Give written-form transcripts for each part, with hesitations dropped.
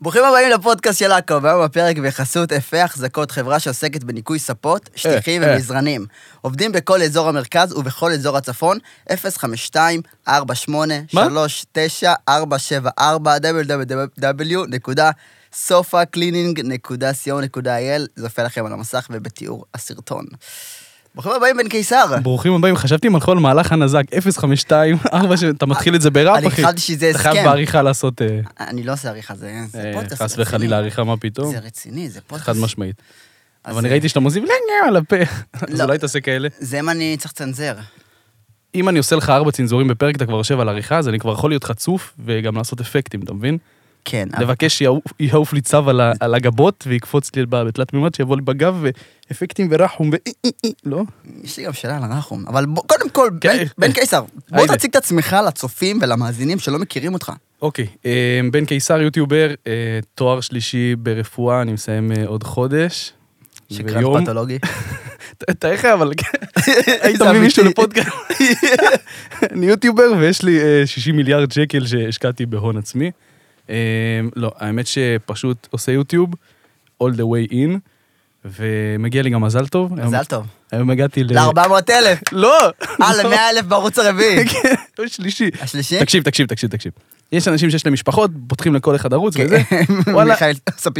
ברוכים הבאים לפודקאסט של עקוב, היום בפרק בחסות אפי החזקות, חברה שעוסקת בניקוי ספות, שטיחים ומזרנים. עובדים בכל אזור המרכז ובכל אזור הצפון, 052-48-39-474, www.sofacleaning.co.il, זה יופיע לכם על המסך ובתיאור הסרטון. ברוכים הבאים בן קיסר. ברוכים הבאים, חשבתי מלכול מהלך הנזק, 052-4, אתה מתחיל את זה בראפ, אחי. אני חשבתי שזה הסכם. אתה חייב בעריכה לעשות... אני לא עושה עריכה, זה פודקאסט רציני. חס וחלילה עריכה, מה פתאום? זה רציני, זה פודקאסט. חד משמעית. אבל אני ראיתי שאתה מוסיף על הפה, אז אולי תעשה כאלה. זה אם אני צריך צנזר. אם אני עושה לך 4 צנזורים בפרק, אתה כבר יושב על עריכה, אז אני כבר יכול להיות חצוף, וגם לעשות אפקטים, אתה מבין? כן. לבקש שיעוף לי צו על הגבות, ויקפוץ לי בתלת מימד, שיבוא לי בגב, ואפקטים ורחום, לא? יש לי גם שאלה על הרחום, אבל קודם כל, בן קיסר, בוא תציג את עצמך לצופים ולמאזינים שלא מכירים אותך. אוקיי, בן קיסר, יוטיובר, תואר שלישי ברפואה, אני מסיים עוד חודש. שקרן פתולוגי. תאיך, אבל היית מביא מישהו לפודקאסט. אני יוטיובר, ויש לי 60 מיליארד שקל שהשקעתי בהון עצמי. לא, האמת שפשוט עושה יוטיוב, all the way in, ומגיע לי גם מזל טוב. מזל טוב. היום הגעתי ל-400,000. לא. ל-100,000 בערוץ הרביעי. הוא שלישי. השלישי? תקשיב. יש אנשים שיש להם משפחות, פותחים לכל אחד ערוץ וזה. מיכאל, ספיר.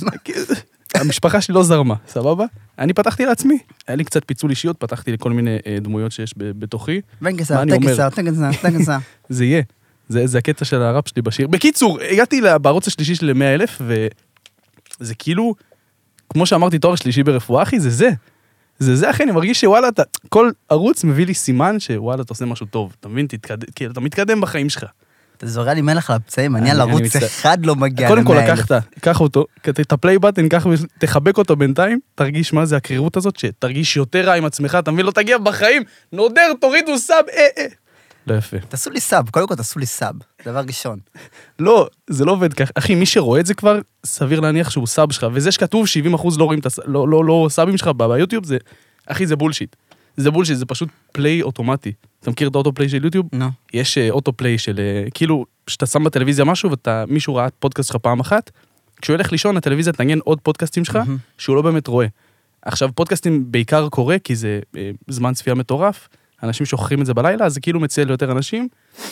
המשפחה שלי לא זרמה, סבבה? אני פתחתי לעצמי. היה לי קצת פיצול אישיות, פתחתי לכל מיני דמויות שיש בתוכי. בן קיסר, תקסר. זה יהיה. זה הקטע של הראפ שלי בשיר. בקיצור, הגעתי בערוץ השלישי של 100,000, וזה כאילו, כמו שאמרתי, תואר שלישי ברפואה, אחי, זה אחי, אני מרגיש שוואלה, כל ערוץ מביא לי סימן שוואלה, אתה עושה משהו טוב, אתה מבין? אתה מתקדם בחיים שלך. אתה זורע לי מלך על הפצעים, אני על ערוץ אחד לא מגיע קודם כל לקחת, קח אותו, את הפליי בטן, תחבק אותו בינתיים, תרגיש מה זה הקרירות הזאת, שתרגיש יותר רע עם עצמך, אתה מבין? לא תגיע בחיים, נודר, תורידו סאב, לא יפה. תעשו לי סאב, קודם כל תעשו לי סאב, דבר ראשון. לא, זה לא עובד כך. אחי, מי שרואה את זה כבר, סביר להניח שהוא סאב שלך, וזה שכתוב 70% לא רואים את לא סאבים שלך ביוטיוב, זה, אחי, זה בולשיט. זה בולשיט, זה פשוט פליי אוטומטי. אתה מכיר את האוטו פליי של יוטיוב? לא. יש אוטו פליי של, כאילו, שאתה שם בטלוויזיה משהו, ומישהו ראה פודקאסט שלך פעם אחת, כשהוא ילך לישון, הטלוויזיה תנגן עוד פודקאסטים שלך, שהוא לא באמת רואה. עכשיו, פודקאסטים בעיקר קורה, כי זה זמן צפייה מטורף, אנשים שוכחים את זה בלילה, אז זה כאילו מציע ליותר אנשים,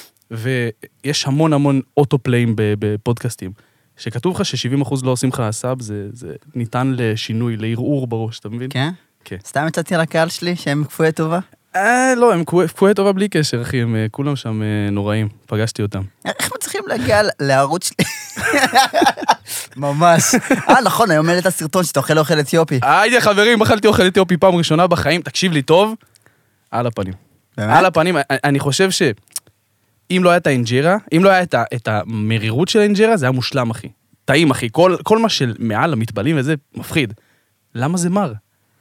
ויש המון אוטופליים בפודקאסטים, שכתוב לך ש70% לא עושים לך סאב, זה ניתן לשינוי, לערעור בראש, אתה מבין? כן? כן. סתם הצעתי לקהל שלי שהם כפויי טובה? לא, הם כפויי טובה בלי קשר, אחי, הם כולם שם נוראים, פגשתי אותם. איך מצליחים להגיע לערוץ שלי? ממש. נכון, היום העלית הסרטון שאתה אוכל אתיופי. הייתי חברים, אכלתי אוכל אתיופי פעם ראשונה בחיים, תקשיב לי טוב, על הפנים. באמת? על הפנים, אני חושב שאם לא היה את האינג'רה, אם לא היה את המרירות של האינג'רה, זה היה מושלם, אחי. טעים, אחי. כל מה שמעל המטבלים וזה מפחיד. למה זה מר?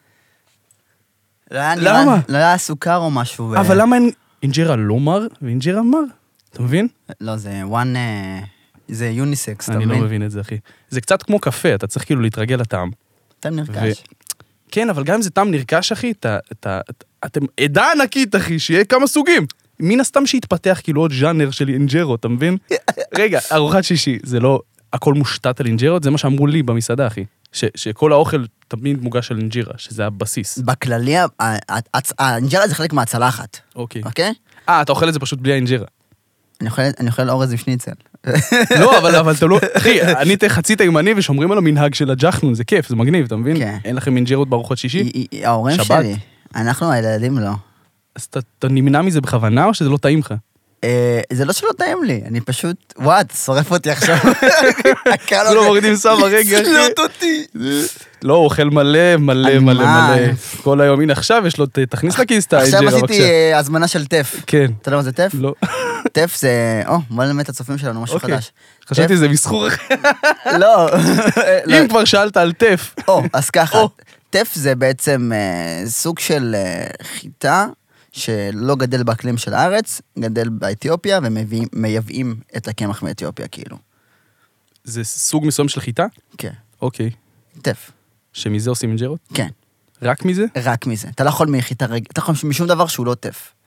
למה? לא היה סוכר או משהו. אבל למה אינג'רה לא מר ואינג'רה מר? אתה מבין? לא, זה יוניסקס, אתה מבין? אני לא מבין את זה, אחי. זה קצת כמו קפה, אתה צריך כאילו להתרגל לטעם. טעם נרכש. כן, אבל גם אם זה טעם נרכש, אחי, אתם עדה ענקית, אחי, שיהיה כמה סוגים. מן הסתם שהתפתח כאילו עוד ז'אנר של אינג'רות, אתה מבין? רגע, ארוחת שישי, זה לא הכל מושתת על אינג'רות, זה מה שאמרו לי במסעדה, אחי. שכל האוכל תמיד מוגש על אינג'רה, שזה הבסיס. בכללי, האינג'רה זה חלק מהצלחת. אוקיי. אוקיי? אתה אוכל את זה פשוט בלי האינג'רה. אני אוכל אורז עם שניצל. לא, אבל אתה לא... אחי, אני חצי תימני ושומרים על המנהג של הג'חנון, זה כיף, זה מגניב, אתה מבין? אין לכם אינג'רות בארוחות שישי? ההורים שלי. אנחנו הילדים לא. אז אתה נמנע מזה בכוונה או שזה לא טעים לך? זה לא שלא טעים לי, אני פשוט... וואט, שורף אותי עכשיו. לא מורידים סבא, רגע. סלוט אותי. לא, הוא אוכל מלא. כל היום, הנה עכשיו יש לו, תכניס לכיס את האינג'רה, עכשיו עשיתי הזמנה של טף. כן. אתה יודע מה זה טף? לא. טף זה... בוא נלמד את הצופים שלנו, משהו חדש. חשבתי זה מסחור אחר. לא. אם כבר שאלת על טף. אז ככה. טף זה בעצם סוג של חיטה, שלא גדל באקלים של הארץ, גדל באתיופיה, ומייבאים את הקמח מאתיופיה, כאילו. זה סוג מסוים של חיטה? כן. אוקיי. טף. שמזה עושים אינג'רות? כן. רק מזה? רק מזה. אתה לא יכול מחיטה רגע, אתה יכול משום דבר שהוא לא טף.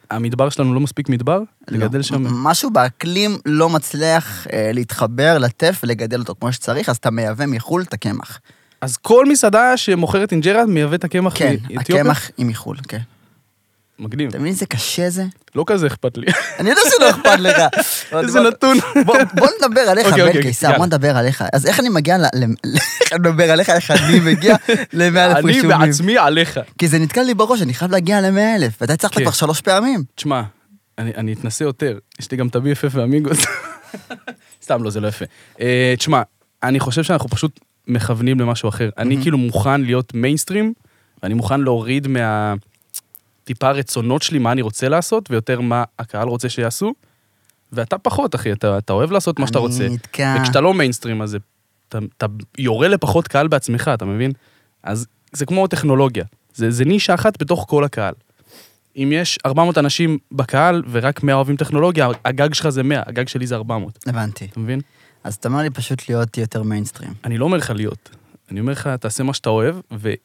המדבר שלנו לא מספיק מדבר? לא. לגדל שם? משהו באקלים לא מצליח להתחבר לטף ולגדל אותו כמו שצריך, אז אתה מייבא מחול את הקמח. אז כל מסעדה שמוכרת אינג'רה מייבא את הקמח כן, מאתיופיה? הקמח היא מחול, כן. מגניב. אתה מבין איזה קשה זה? לא כזה אכפת לי. אני יודע שלא אכפת לך. איזה נתון. בוא נדבר עליך, אוקיי, בן אוקיי, קיסר, יאללה. בוא נדבר עליך. אז איך אני מגיע איך אני מדבר עליך, איך אני מגיע ל-100,000 אני רישומים? בעצמי עליך. כי זה נתקע לי בראש, אני חייב להגיע ל-100,000, ואתה הצלחת כן. כבר 3 פעמים. תשמע, אני אתנסה יותר. יש לי גם את ה-BFF והמיגוס. סתם לא, זה לא יפה. תשמע, אני חושב שאנחנו פשוט מכוונים למשהו אחר. אני כאילו מוכן להיות מיינסטרים, ואני מוכן להוריד טיפה הרצונות שלי, מה אני רוצה לעשות, ויותר מה הקהל רוצה שיעשו, ואתה פחות, אחי, אתה אוהב לעשות מה שאתה רוצה. אני נתקע. וכשאתה לא מיינסטרים, אז אתה יורה לפחות קהל בעצמך, אתה מבין? אז זה כמו טכנולוגיה. זה נישה אחת בתוך כל הקהל. אם יש 400 אנשים בקהל, ורק 100 אוהבים טכנולוגיה, הגג שלך זה 100, הגג שלי זה 400. הבנתי. אתה מבין? אז אתה אומר לי פשוט להיות יותר מיינסטרים. אני לא אומר לך להיות. אני אומר לך, תעשה מה שאתה אוהב,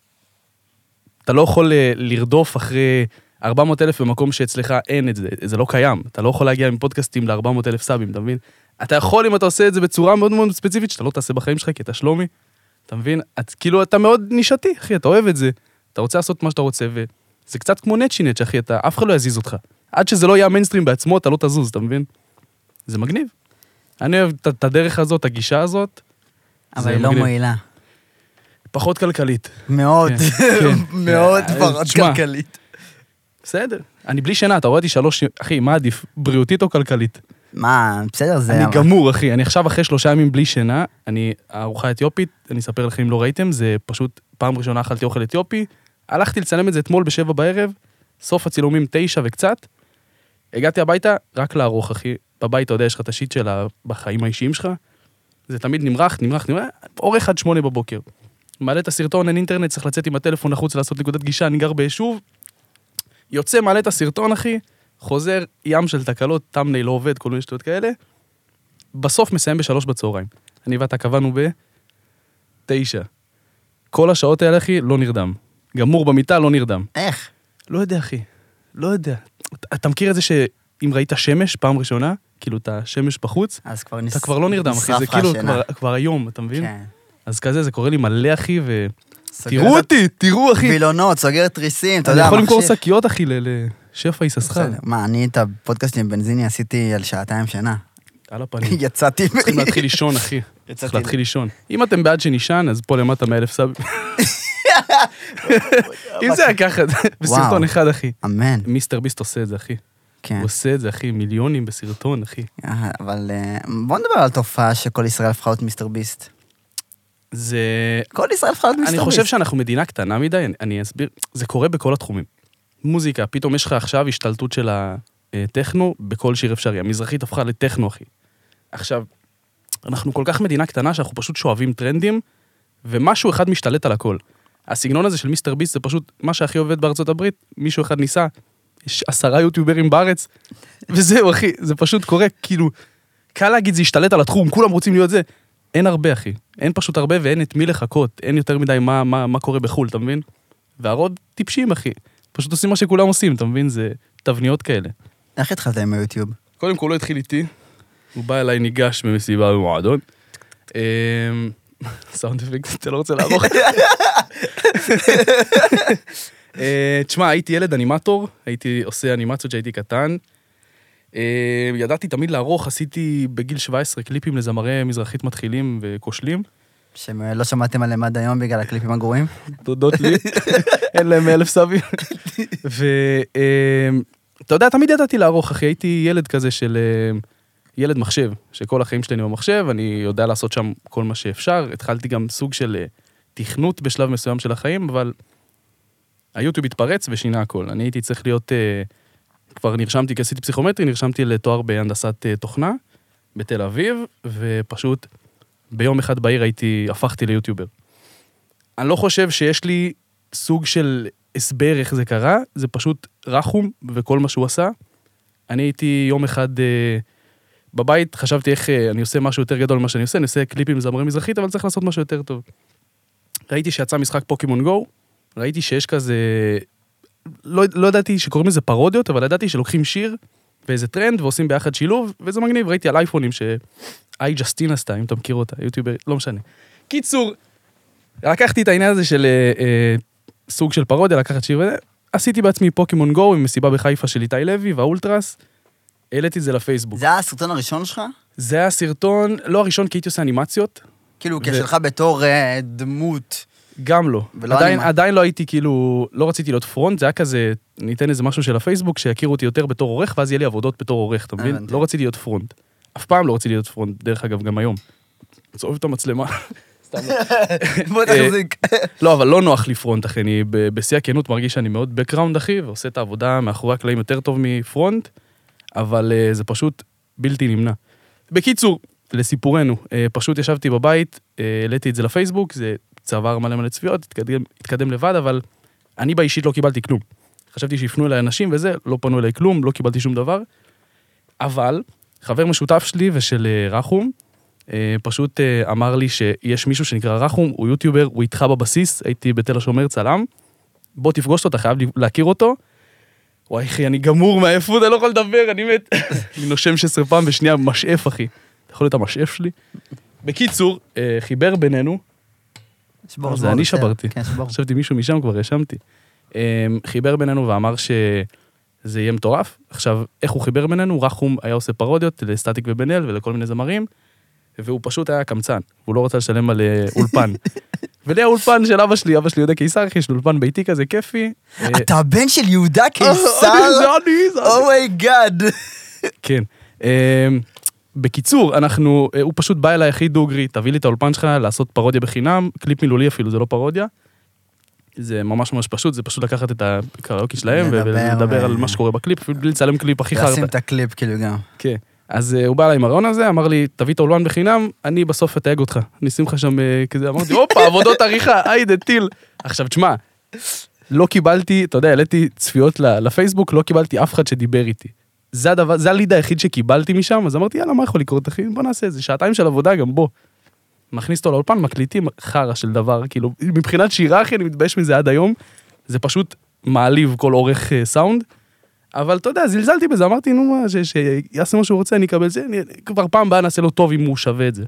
אתה לא יכול לרדוף אחרי 400,000 במקום שאצלך אין את זה, זה לא קיים. אתה לא יכול להגיע מפודקאסטים ל-400,000 סאבים, אתה מבין? אתה יכול אם אתה עושה את זה בצורה מאוד מאוד ספציפית, שאתה לא תעשה בחיים שלך, כי אתה שלומי, אתה מבין? כאילו, אתה מאוד נישתי, אחי, אתה אוהב את זה, אתה רוצה לעשות מה שאתה רוצה, וזה קצת כמו נצ'ינץ', אחי, אף אחד לא יזיז אותך. עד שזה לא יהיה המיינסטרים בעצמו, אתה לא תזוז, אתה מבין? זה מגניב. אני אוהב את הדרך הזאת, הגישה הזאת. אבל היא לא מועילה. פחות כלכלית. מאוד, מאוד פחות תשמע, כלכלית. בסדר. אני בלי שינה, אתה רואה אותי 3... אחי, מה עדיף? בריאותית או כלכלית? מה, בסדר, זה... אני גמור, אחי. אני עכשיו אחרי 3 ימים בלי שינה, ארוחה אתיופית, אני אספר לכם אם לא ראיתם, זה פשוט פעם ראשונה אכלתי אוכל אתיופי, הלכתי לצלם את זה אתמול ב7 בערב, סוף הצילומים 9 וקצת, הגעתי הביתה, רק לערוך, אחי. בבית, אתה יודע, יש לך את השיט שלה בחיים האישיים שלך, זה תמיד נמרח, עורך עד 8 בבוקר. מעלה את הסרטון, אין אינטרנט, צריך לצאת עם הטלפון לחוץ לעשות נקודת גישה, אני גר ביישוב, יוצא, מעלה את הסרטון, אחי, חוזר, ים של תקלות, תמני לא עובד, כל מיני שטויות כאלה, בסוף מסיים ב3 בצהריים. אני ואתה קבענו ב9. כל השעות האלה, אחי, לא נרדם. גמור במיטה, לא נרדם. איך? לא יודע, אחי. לא יודע. אתה מכיר את זה שאם ראית שמש פעם ראשונה, כאילו את השמש בחוץ, אז כבר אתה כבר לא נרדם, אחי. זה כאילו כבר היום, אתה מבין? כן. אז כזה, זה קורה לי מלא, אחי, תראו אותי, תראו, אחי. וילונות, סוגר תריסים, אתה אני יודע, יכול למכור שקיות, אחי, לשפע יששכר. מה, אני את הפודקאסטים עם בנזיני עשיתי על 2 שינה. על הפנים. יצאתי... צריכים להתחיל לישון, אחי. צריך להתחיל לישון. אם אתם בעד שנישן, אז פה למטה 100,000 סאבים. אם זה היה ככה, בסרטון אחד, אחי. אמן. מיסטר ביסט עושה את זה, אחי. כן. הוא עושה את זה, אחי, מיליונים בסרטון, אחי. אבל בוא נדבר על תופעה שכל ישראל הפכה להיות מיסטר ביסט. זה... כל ישראל הפכה להיות מיסטר ביסט. אני חושב שאנחנו מדינה קטנה מדי, אני אסביר. זה קורה בכל התחומים. מוזיקה, פתאום יש לך עכשיו השתלטות של הטכנו בכל שיר אפשרי. המזרחית הפכה לטכנו, אחי. עכשיו, אנחנו כל כך מדינה קטנה שאנחנו פשוט שואבים טרנדים, ומשהו אחד משתלט על הכל. הסגנון הזה של מיסטר ביסט זה פשוט מה שהכי עובד בארצות הברית, מישהו אחד ניסה, יש 10 יוטיוברים בארץ, וזהו, אחי, זה פשוט קורה, כאילו, קל להגיד זה השתלט על התחום, כולם רוצים להיות זה. אין הרבה, אחי. אין פשוט הרבה ואין את מי לחכות, אין יותר מדי מה קורה בחול, אתה מבין? והרוד טיפשים, אחי. פשוט עושים מה שכולם עושים, אתה מבין? זה תבניות כאלה. איך התחלת עם היוטיוב? קודם כל לא התחיל איתי, הוא בא אליי ניגש במסיבה במועדון. סאונד אפקט, אתה לא רוצה לערוך? תשמע, הייתי ילד אנימטור, הייתי עושה אנימציות שהייתי קטן. ידעתי תמיד לערוך, עשיתי בגיל 17 קליפים לזמרי מזרחית מתחילים וכושלים. שלא שמעתם עליהם עד היום בגלל הקליפים הגרועים? תודות לי, אין להם 1,000 סאבים. ואתה יודע, תמיד ידעתי לערוך, אחי, הייתי ילד כזה של... ילד מחשב, שכל החיים שלי במחשב, אני יודע לעשות שם כל מה שאפשר, התחלתי גם סוג של תכנות בשלב מסוים של החיים, אבל היוטיוב התפרץ ושינה הכל. אני הייתי צריך להיות, כבר נרשמתי, כי עשיתי פסיכומטרי, נרשמתי לתואר בהנדסת תוכנה, בתל אביב, ופשוט ביום אחד בעיר הפכתי ליוטיובר. אני לא חושב שיש לי סוג של הסבר איך זה קרה, זה פשוט רחום וכל מה שהוא עשה. אני הייתי יום אחד... בבית חשבתי איך אני עושה משהו יותר גדול ממה שאני עושה, אני עושה קליפים לזמרי מזרחית, אבל צריך לעשות משהו יותר טוב. ראיתי שיצא משחק פוקימון גו, ראיתי שיש כזה, לא ידעתי שקוראים לזה פרודיות, אבל ידעתי שלוקחים שיר ואיזה טרנד ועושים ביחד שילוב, וזה מגניב, ראיתי על אייפונים שאי ג'סטין עשתה, אם אתה מכיר אותה, יוטיובר, לא משנה. קיצור, לקחתי את העניין הזה של סוג של פרודיה, לקחת שיר וזה, עשיתי בעצמי פוקימון גו עם מסיבה בחיפה של איתי לוי והאולטרס, העליתי את זה לפייסבוק. זה היה הסרטון הראשון שלך? זה היה סרטון, לא הראשון, כי הייתי עושה אנימציות. כאילו, כשלך בתור דמות. גם לא. עדיין לא הייתי כאילו, לא רציתי להיות פרונט, זה היה כזה, ניתן איזה משהו של הפייסבוק, שיכירו אותי יותר בתור עורך, ואז יהיה לי עבודות בתור עורך, אתה מבין? לא רציתי להיות פרונט. אף פעם לא רציתי להיות פרונט, דרך אגב, גם היום. צועב את המצלמה. בוא תחזיק. לא, אבל לא נוח לי פרונט, אחי. אני בשיא הכנות מרגיש שאני מאוד בקראונד, אחי, ועושה את העבודה מאחורי הקלעים יותר טוב מפרונט, אבל זה פשוט בלתי נמנע. בקיצור, לסיפורנו, פשוט ישבתי בבית, העליתי את זה לפייסבוק, זה צבר מלא צפיות, התקדם לבד, אבל אני באישית לא קיבלתי כלום. חשבתי שיפנו אליי אנשים וזה, לא פנו אליי כלום, לא קיבלתי שום דבר, אבל חבר משותף שלי ושל רחום, פשוט אמר לי שיש מישהו שנקרא רחום, הוא יוטיובר, הוא איתך בבסיס, הייתי בתל השומר צלם, בוא תפגוש אותו, אתה חייב להכיר אותו, וואי אחי, אני גמור מהעייפות, אני לא יכול לדבר, אני מת, אני נושם 16 פעם בשנייה, משאף אחי, אתה יכול להיות המשאף שלי? בקיצור, חיבר בינינו, זה אני שברתי, חשבתי מישהו משם כבר רשמתי, חיבר בינינו ואמר שזה יהיה מטורף, עכשיו איך הוא חיבר בינינו, רחום היה עושה פרודיות לסטטיק ובן אל ולכל מיני זמרים, והוא פשוט היה קמצן, הוא לא רוצה לשלם על אולפן. ולי האולפן של אבא שלי יהודה קיסר, אחי, של אולפן ביתי כזה כיפי. אתה הבן של יהודה קיסר? זה אני. אומייגאד. כן. בקיצור, הוא פשוט בא אליי הכי דוגרי, תביא לי את האולפן שלך לעשות פרודיה בחינם, קליפ מילולי אפילו, זה לא פרודיה. זה ממש פשוט, זה פשוט לקחת את הקריוקי שלהם, ולדבר על מה שקורה בקליפ, אפילו בלי לצלם קליפ הכי חרטא. לשים את הקליפ כאילו גם. כן. אז הוא בא אליי עם הרעיון הזה, אמר לי, תביא את האולפן בחינם, אני בסוף אתייג אותך. אני אשים לך שם כזה, אמרתי, הופה, עבודות עריכה, היידה, טיל. עכשיו, תשמע, לא קיבלתי, אתה יודע, העליתי צפיות לפייסבוק, לא קיבלתי אף אחד שדיבר איתי. זה הליד היחיד שקיבלתי משם, אז אמרתי, יאללה, מה יכול לקרות, אחי? בוא נעשה את זה, שעתיים של עבודה, גם בוא. מכניס אותו לאולפן, מקליטים חרא של דבר, כאילו, מבחינת שירה, אחי, אני מתבייש מזה עד היום, זה פשוט מעליב כל אורך סאונד, אבל אתה יודע, זלזלתי בזה, אמרתי, נו מה, שיעשה מה שהוא רוצה, אני אקבל זה, כבר פעם באה נעשה לו טוב אם הוא שווה את זה.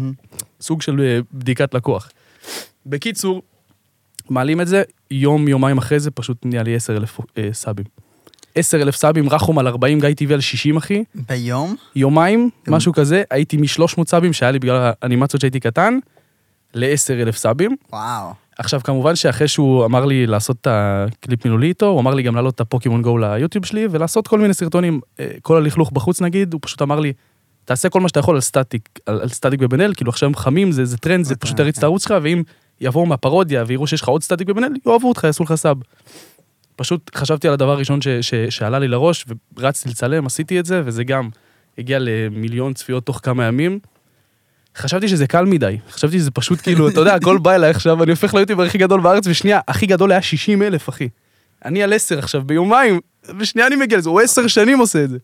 סוג של בדיקת לקוח. בקיצור, מעלים את זה, יומיים אחרי זה, פשוט נהיה לי 10,000 סאבים. 10,000 סאבים, רחום על 40, גיא טבעי על 60, אחי. ביום? יומיים, משהו כזה, הייתי מ-300 סאבים, שהיה לי בגלל האנימציות שהייתי קטן, ל-10,000 סאבים. וואו. עכשיו, כמובן שאחרי שהוא אמר לי לעשות את הקליפ מילולי איתו, הוא אמר לי גם לעלות את הפוקימון גו ליוטיוב שלי, ולעשות כל מיני סרטונים, כל הלכלוך בחוץ נגיד, הוא פשוט אמר לי, תעשה כל מה שאתה יכול על סטטיק ובן אל, כאילו עכשיו הם חמים, זה טרנד, זה פשוט תריץ את הערוץ שלך, ואם יבואו מהפרודיה ויראו שיש לך עוד סטטיק ובן אל, יאהבו אותך, יעשו לך סאב. פשוט חשבתי על הדבר הראשון שעלה לי לראש, ורצתי לצלם, עשיתי את זה, וזה גם הגיע ל1,000,000 צפיות תוך כמה ימים. חשבתי שזה קל מדי, חשבתי שזה פשוט כאילו, אתה יודע, הכל בא אליי עכשיו, אני הופך ליוטיובר הכי גדול בארץ, ושנייה, הכי גדול היה 60,000, אחי. אני על 10 עכשיו, ביומיים, ושנייה אני מגיע לזה, הוא 10 שנים עושה את זה.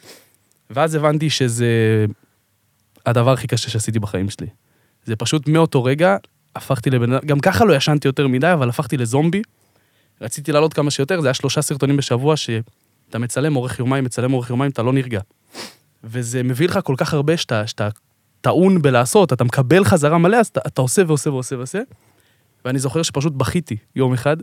ואז הבנתי שזה הדבר הכי קשה שעשיתי בחיים שלי. זה פשוט מאותו רגע, הפכתי לבן אדם, גם ככה לא ישנתי יותר מדי, אבל הפכתי לזומבי. רציתי לעלות כמה שיותר, זה היה 3 סרטונים בשבוע, שאתה מצלם אורך יומיים, אתה לא נרגע. וזה מביא לך כל כך הרבה שאתה טעון בלעשות, אתה מקבל חזרה מלא, אז אתה עושה ועושה. ואני זוכר שפשוט בכיתי יום אחד.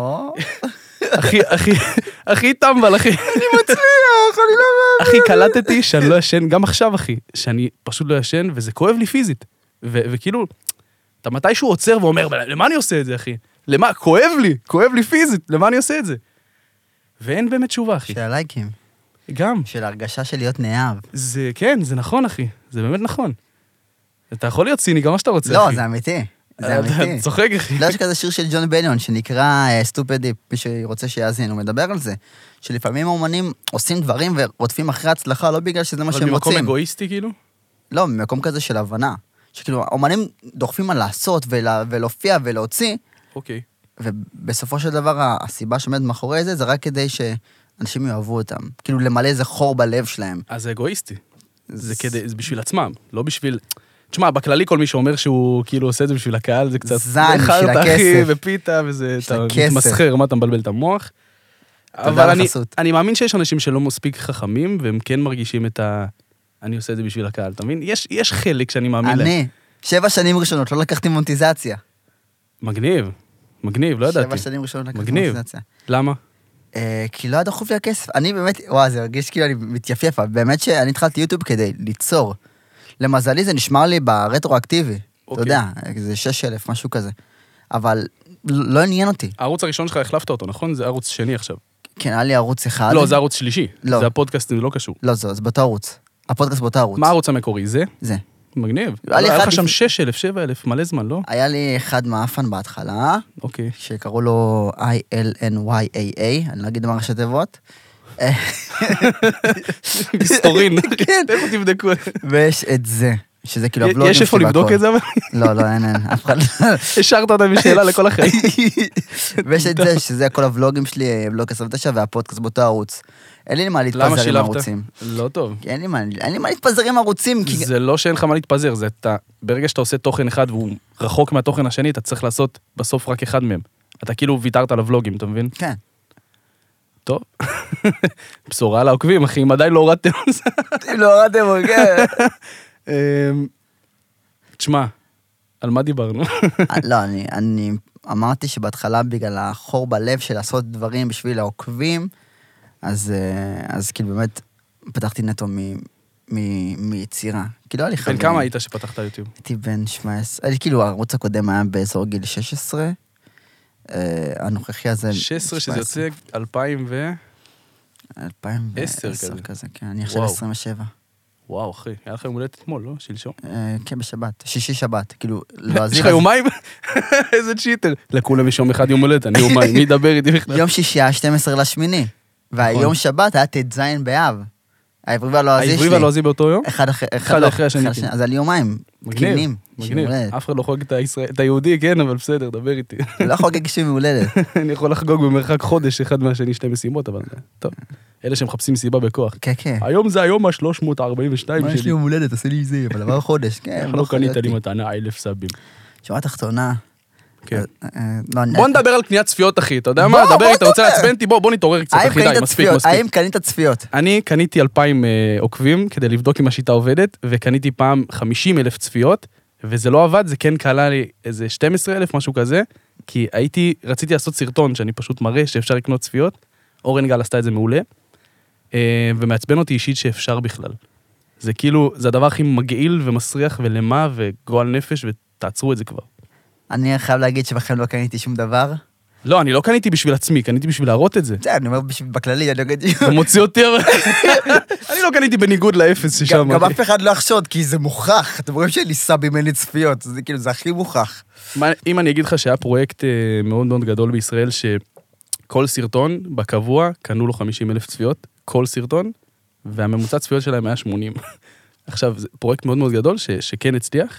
הכי טמבל, אחי. אני מצליח, אני לא מאמין. אחי, קלטתי שאני לא ישן, גם עכשיו, אחי, שאני פשוט לא ישן, וזה כואב לי פיזית. וכאילו, אתה מתישהו עוצר ואומר, למה אני עושה את זה, אחי? למה? כואב לי פיזית, למה אני עושה את זה? ואין באמת תשובה, אחי. של הלייקים. גם. של הרגשה של להיות נאהב. זה, כן, זה נכון, אחי. זה באמת נכון. אתה יכול להיות ציני, גם מה שאתה רוצה, לא, אחי. זה אמיתי. זה אמיתי. אתה צוחק, אחי. לא, יש כזה שיר של ג'ון בניון, שנקרא Stupid Deep, מי שרוצה שיאזין, הוא מדבר על זה, שלפעמים האומנים עושים דברים ורודפים אחרי הצלחה, לא בגלל שזה מה שהם רוצים. אבל במקום אגואיסטי, כאילו? לא, במקום כזה של הבנה. שכאילו, האומנים דוחפים על לעשות ולהופיע ולהוציא, אוקיי. ובסופו של דבר, הסיבה שעומד מאחורי זה, זה רק כדי שאנשים יאהבו אותם. כאילו, למלא איזה חור בלב שלהם. אז זה אגואיסטי. זה בשביל עצמם, לא בשביל... תשמע, בכללי כל מי שאומר שהוא כאילו עושה את זה בשביל הקהל, זה קצת... זין, בשביל הכסף. אחי, ופיתה, וזה... אתה מתמסחר, מה אתה מבלבל את המוח? תודה אבל על החסות. אני מאמין שיש אנשים שלא מספיק חכמים, והם כן מרגישים את אני עושה את זה בשביל הקהל, אתה מבין? יש חלק שאני מאמין להם. אני, 7 שנים ראשונות, לא לקחתי מונטיזציה. מגניב, לא ידעתי. 7 שנים ראשונות לקחתי מגניב. מונטיזציה. למה? כי לא היה דחוף לי הכסף. אני באמת, וואו, זה הרגיש כאילו אני מתייפייף, אבל באמת שאני התחלתי יוטיוב כדי ליצור. למזלי זה נשמר לי ברטרואקטיבי. אתה אוקיי. יודע, זה 6,000, משהו כזה. אבל לא עניין אותי. הערוץ הראשון שלך החלפת אותו, נכון? זה ערוץ שני עכשיו. כן, היה לי ערוץ אחד. לא, זה ערוץ שלישי. לא. זה הפודקאסט, זה לא קשור. לא, זה באותו ערוץ. הפודקאסט באותו ערוץ. מה הערוץ המקורי? זה? זה. מגניב. היה לי היה אחד לך שם לפני- 6,000, 7,000, מלא זמן, לא? היה לי אחד מאפן בהתחלה, אוקיי. שקראו לו ILNYAA, אני לא אגיד מה ראשי תיבות. מסתורין. כן. איפה תבדקו? ויש את זה, שזה כאילו הבלוגים יש איפה לבדוק את זה? אבל? לא, אין, אף אחד לא. השארת אותם בשאלה לכל החיים. ויש את זה, שזה כל הבלוגים שלי, בלוג 29 והפודקאסט באותו ערוץ. אין לי מה למה להתפזר עם שילבת? ערוצים. לא טוב. כי אין לי מה להתפזר עם ערוצים, כי... זה לא שאין לך מה להתפזר, זה אתה, ברגע שאתה עושה תוכן אחד והוא רחוק מהתוכן השני, אתה צריך לעשות בסוף רק אחד מהם. אתה כאילו ויתרת על הוולוגים, אתה מבין? כן. טוב. בשורה על העוקבים, אחי, אם עדיין לא הורדתם. אם לא הורדתם, כן. תשמע, על מה דיברנו? לא, אני אמרתי שבהתחלה בגלל החור בלב של לעשות דברים בשביל העוקבים, אז כאילו באמת פתחתי נטו מיצירה. כאילו היה לי בן כמה היית שפתחת יוטיוב? הייתי בן 17, כאילו הערוץ הקודם היה באזור גיל 16, הנוכחי הזה... 16 שזה יוצא 2010 כזה, כן, אני עכשיו וואו. 27. וואו, אחי, היה לך יום הולדת אתמול, לא? שלשום? כן, בשבת, שישי שבת, כאילו, לא, אז... יש לך יומיים? איזה צ'יטר. לכולם יש יום אחד יום הולדת, אני יומיים, מי ידבר איתי בכלל? יום שישי היה 12/8, והיום שבת היה ט"ז באב. העברי והלועזי שלי. העברי והלועזי באותו יום? אחד אחרי השני. אז היה לי יומיים, תקינים. מגניב. אף אחד לא חוגג את היהודי, כן, אבל בסדר, דבר איתי. אני לא חוגג שם הולדת. אני יכול לחגוג במרחק חודש אחד מהשני 2 משימות, אבל טוב. אלה שמחפשים סיבה בכוח. כן, כן. היום זה היום ה-342 מה יש לי שלי. יום הולדת, עשה לי זה, אבל עבר חודש, כן. לא קנית לי מתנה 1,000 סאבים. שורה תחתונה. כן. לא, בוא נדבר על קניית צפיות, אחי. אתה יודע מה? בוא, דבר, בוא אתה רוצה נדבר. לעצבן אותי? בוא נתעורר קצת, אחי, די, מספיק. האם קנית צפיות? אני קניתי 2,000 עוקבים כדי לבדוק אם השיטה עובדת, וקניתי פעם 50,000 צפיות, וזה לא עבד, זה כן קלה לי איזה 12,000, משהו כזה, כי רציתי לעשות סרטון שאני פשוט מראה שאפשר לקנות צפיות, אורן גל עשתה את זה מעולה, ומעצבן אותי אישית שאפשר בכלל. זה כאילו, זה הדבר הכי מגעיל ומסריח ולמה וגועל נפש, ותעצרו את זה כבר. אני חייב להגיד שבכם לא קניתי שום דבר. לא, אני לא קניתי בשביל עצמי, קניתי בשביל להראות את זה. זה, אני אומר בכללי, אני לא קניתי. זה מוציא אותי, אבל... אני לא קניתי בניגוד לאפס ששם. גם אף אחד לא יחשוד, כי זה מוכח. אתם רואים שלי סאבים אין לי צפיות, זה כאילו, זה הכי מוכח. אם אני אגיד לך שהיה פרויקט מאוד מאוד גדול בישראל, שכל סרטון בקבוע קנו לו 50,000 צפיות, כל סרטון, והממוצע צפיות שלהם היה 80. עכשיו, זה פרויקט מאוד מאוד גדול שכן הצליח,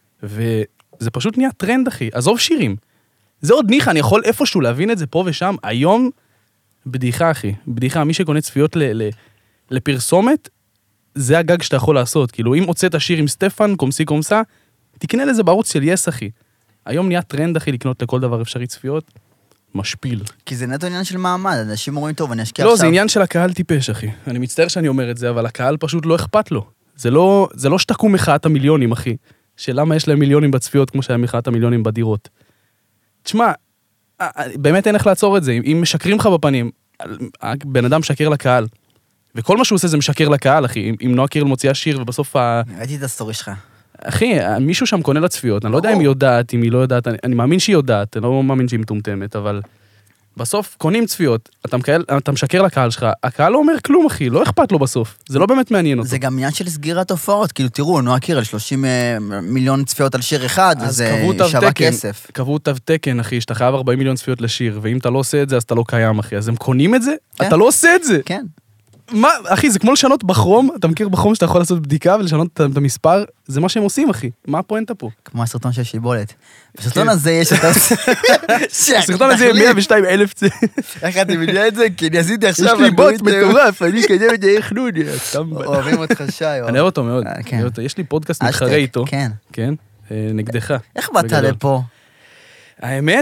וזה פשוט נהיה טרנד, אחי. עזוב שירים. זה עוד ניחה, אני יכול איפשהו להבין את זה פה ושם. היום, בדיחה, אחי. בדיחה, מי שקונה צפיות לפרסומת, זה הגג שאתה יכול לעשות. כאילו, אם הוצאת שיר עם סטפן, קומסי קומסה, תקנה לזה בערוץ של יס, אחי. היום נהיה טרנד, אחי, לקנות לכל דבר אפשרי צפיות. משפיל. כי זה נטו עניין של מעמד, אנשים אומרים טוב, אני אשקיע עכשיו. לא, זה עניין של הקהל טיפש, אחי. אני מצטער שאני אומר את זה, אבל הקהל פשוט לא אכפת לו. זה לא שתקום מחאת המיליונים, אחי. שלמה יש להם מיליונים בצפיות, כמו שהיה מחאת המיליונים בדירות. תשמע, באמת אין איך לעצור את זה. אם משקרים לך בפנים, בן אדם משקר לקהל. וכל מה שהוא עושה זה משקר לקהל, אחי. אם נועה קירל מוציאה שיר ובסוף ראיתי את הסטורי שלך. אחי, מישהו שם קונה לצפיות, אני לא יודע אם היא יודעת, אם היא לא יודעת, אני מאמין שהיא יודעת, אני לא מאמין שהיא מטומטמת, אבל בסוף קונים צפיות, אתה משקר לקהל שלך, הקהל לא אומר כלום, אחי, לא אכפת לו בסוף, זה לא באמת מעניין אותו. זה גם עניין של סגירת הופעות, כאילו תראו, נועה קירל, 30 מיליון צפיות על שיר אחד, וזה שווה כסף. קבעו תו תקן, אחי, שאתה חייב 40 מיליון צפיות לשיר, ואם אתה לא עושה את זה, אז אתה לא קיים, אחי, אז הם קונים את זה? כן. אתה לא עושה את זה. כן. מה, אחי, זה כמו לשנות בחרום, אתה מכיר בחרום שאתה יכול לעשות בדיקה ולשנות את המספר, זה מה שהם עושים, אחי. מה הפואנטה פה? כמו הסרטון של שיבולת. בסרטון הזה יש את הסרטון הזה 102,000 צפיות. איך אתה מבין את זה? כי אני עשיתי עכשיו... יש לי בוט מטורף, אני כזה מדי חנוני. אוהבים אותך שי. אני אוהב אותו מאוד. יש לי פודקאסט מתחרה איתו. כן. כן? נגדך. איך באת לפה? האמת,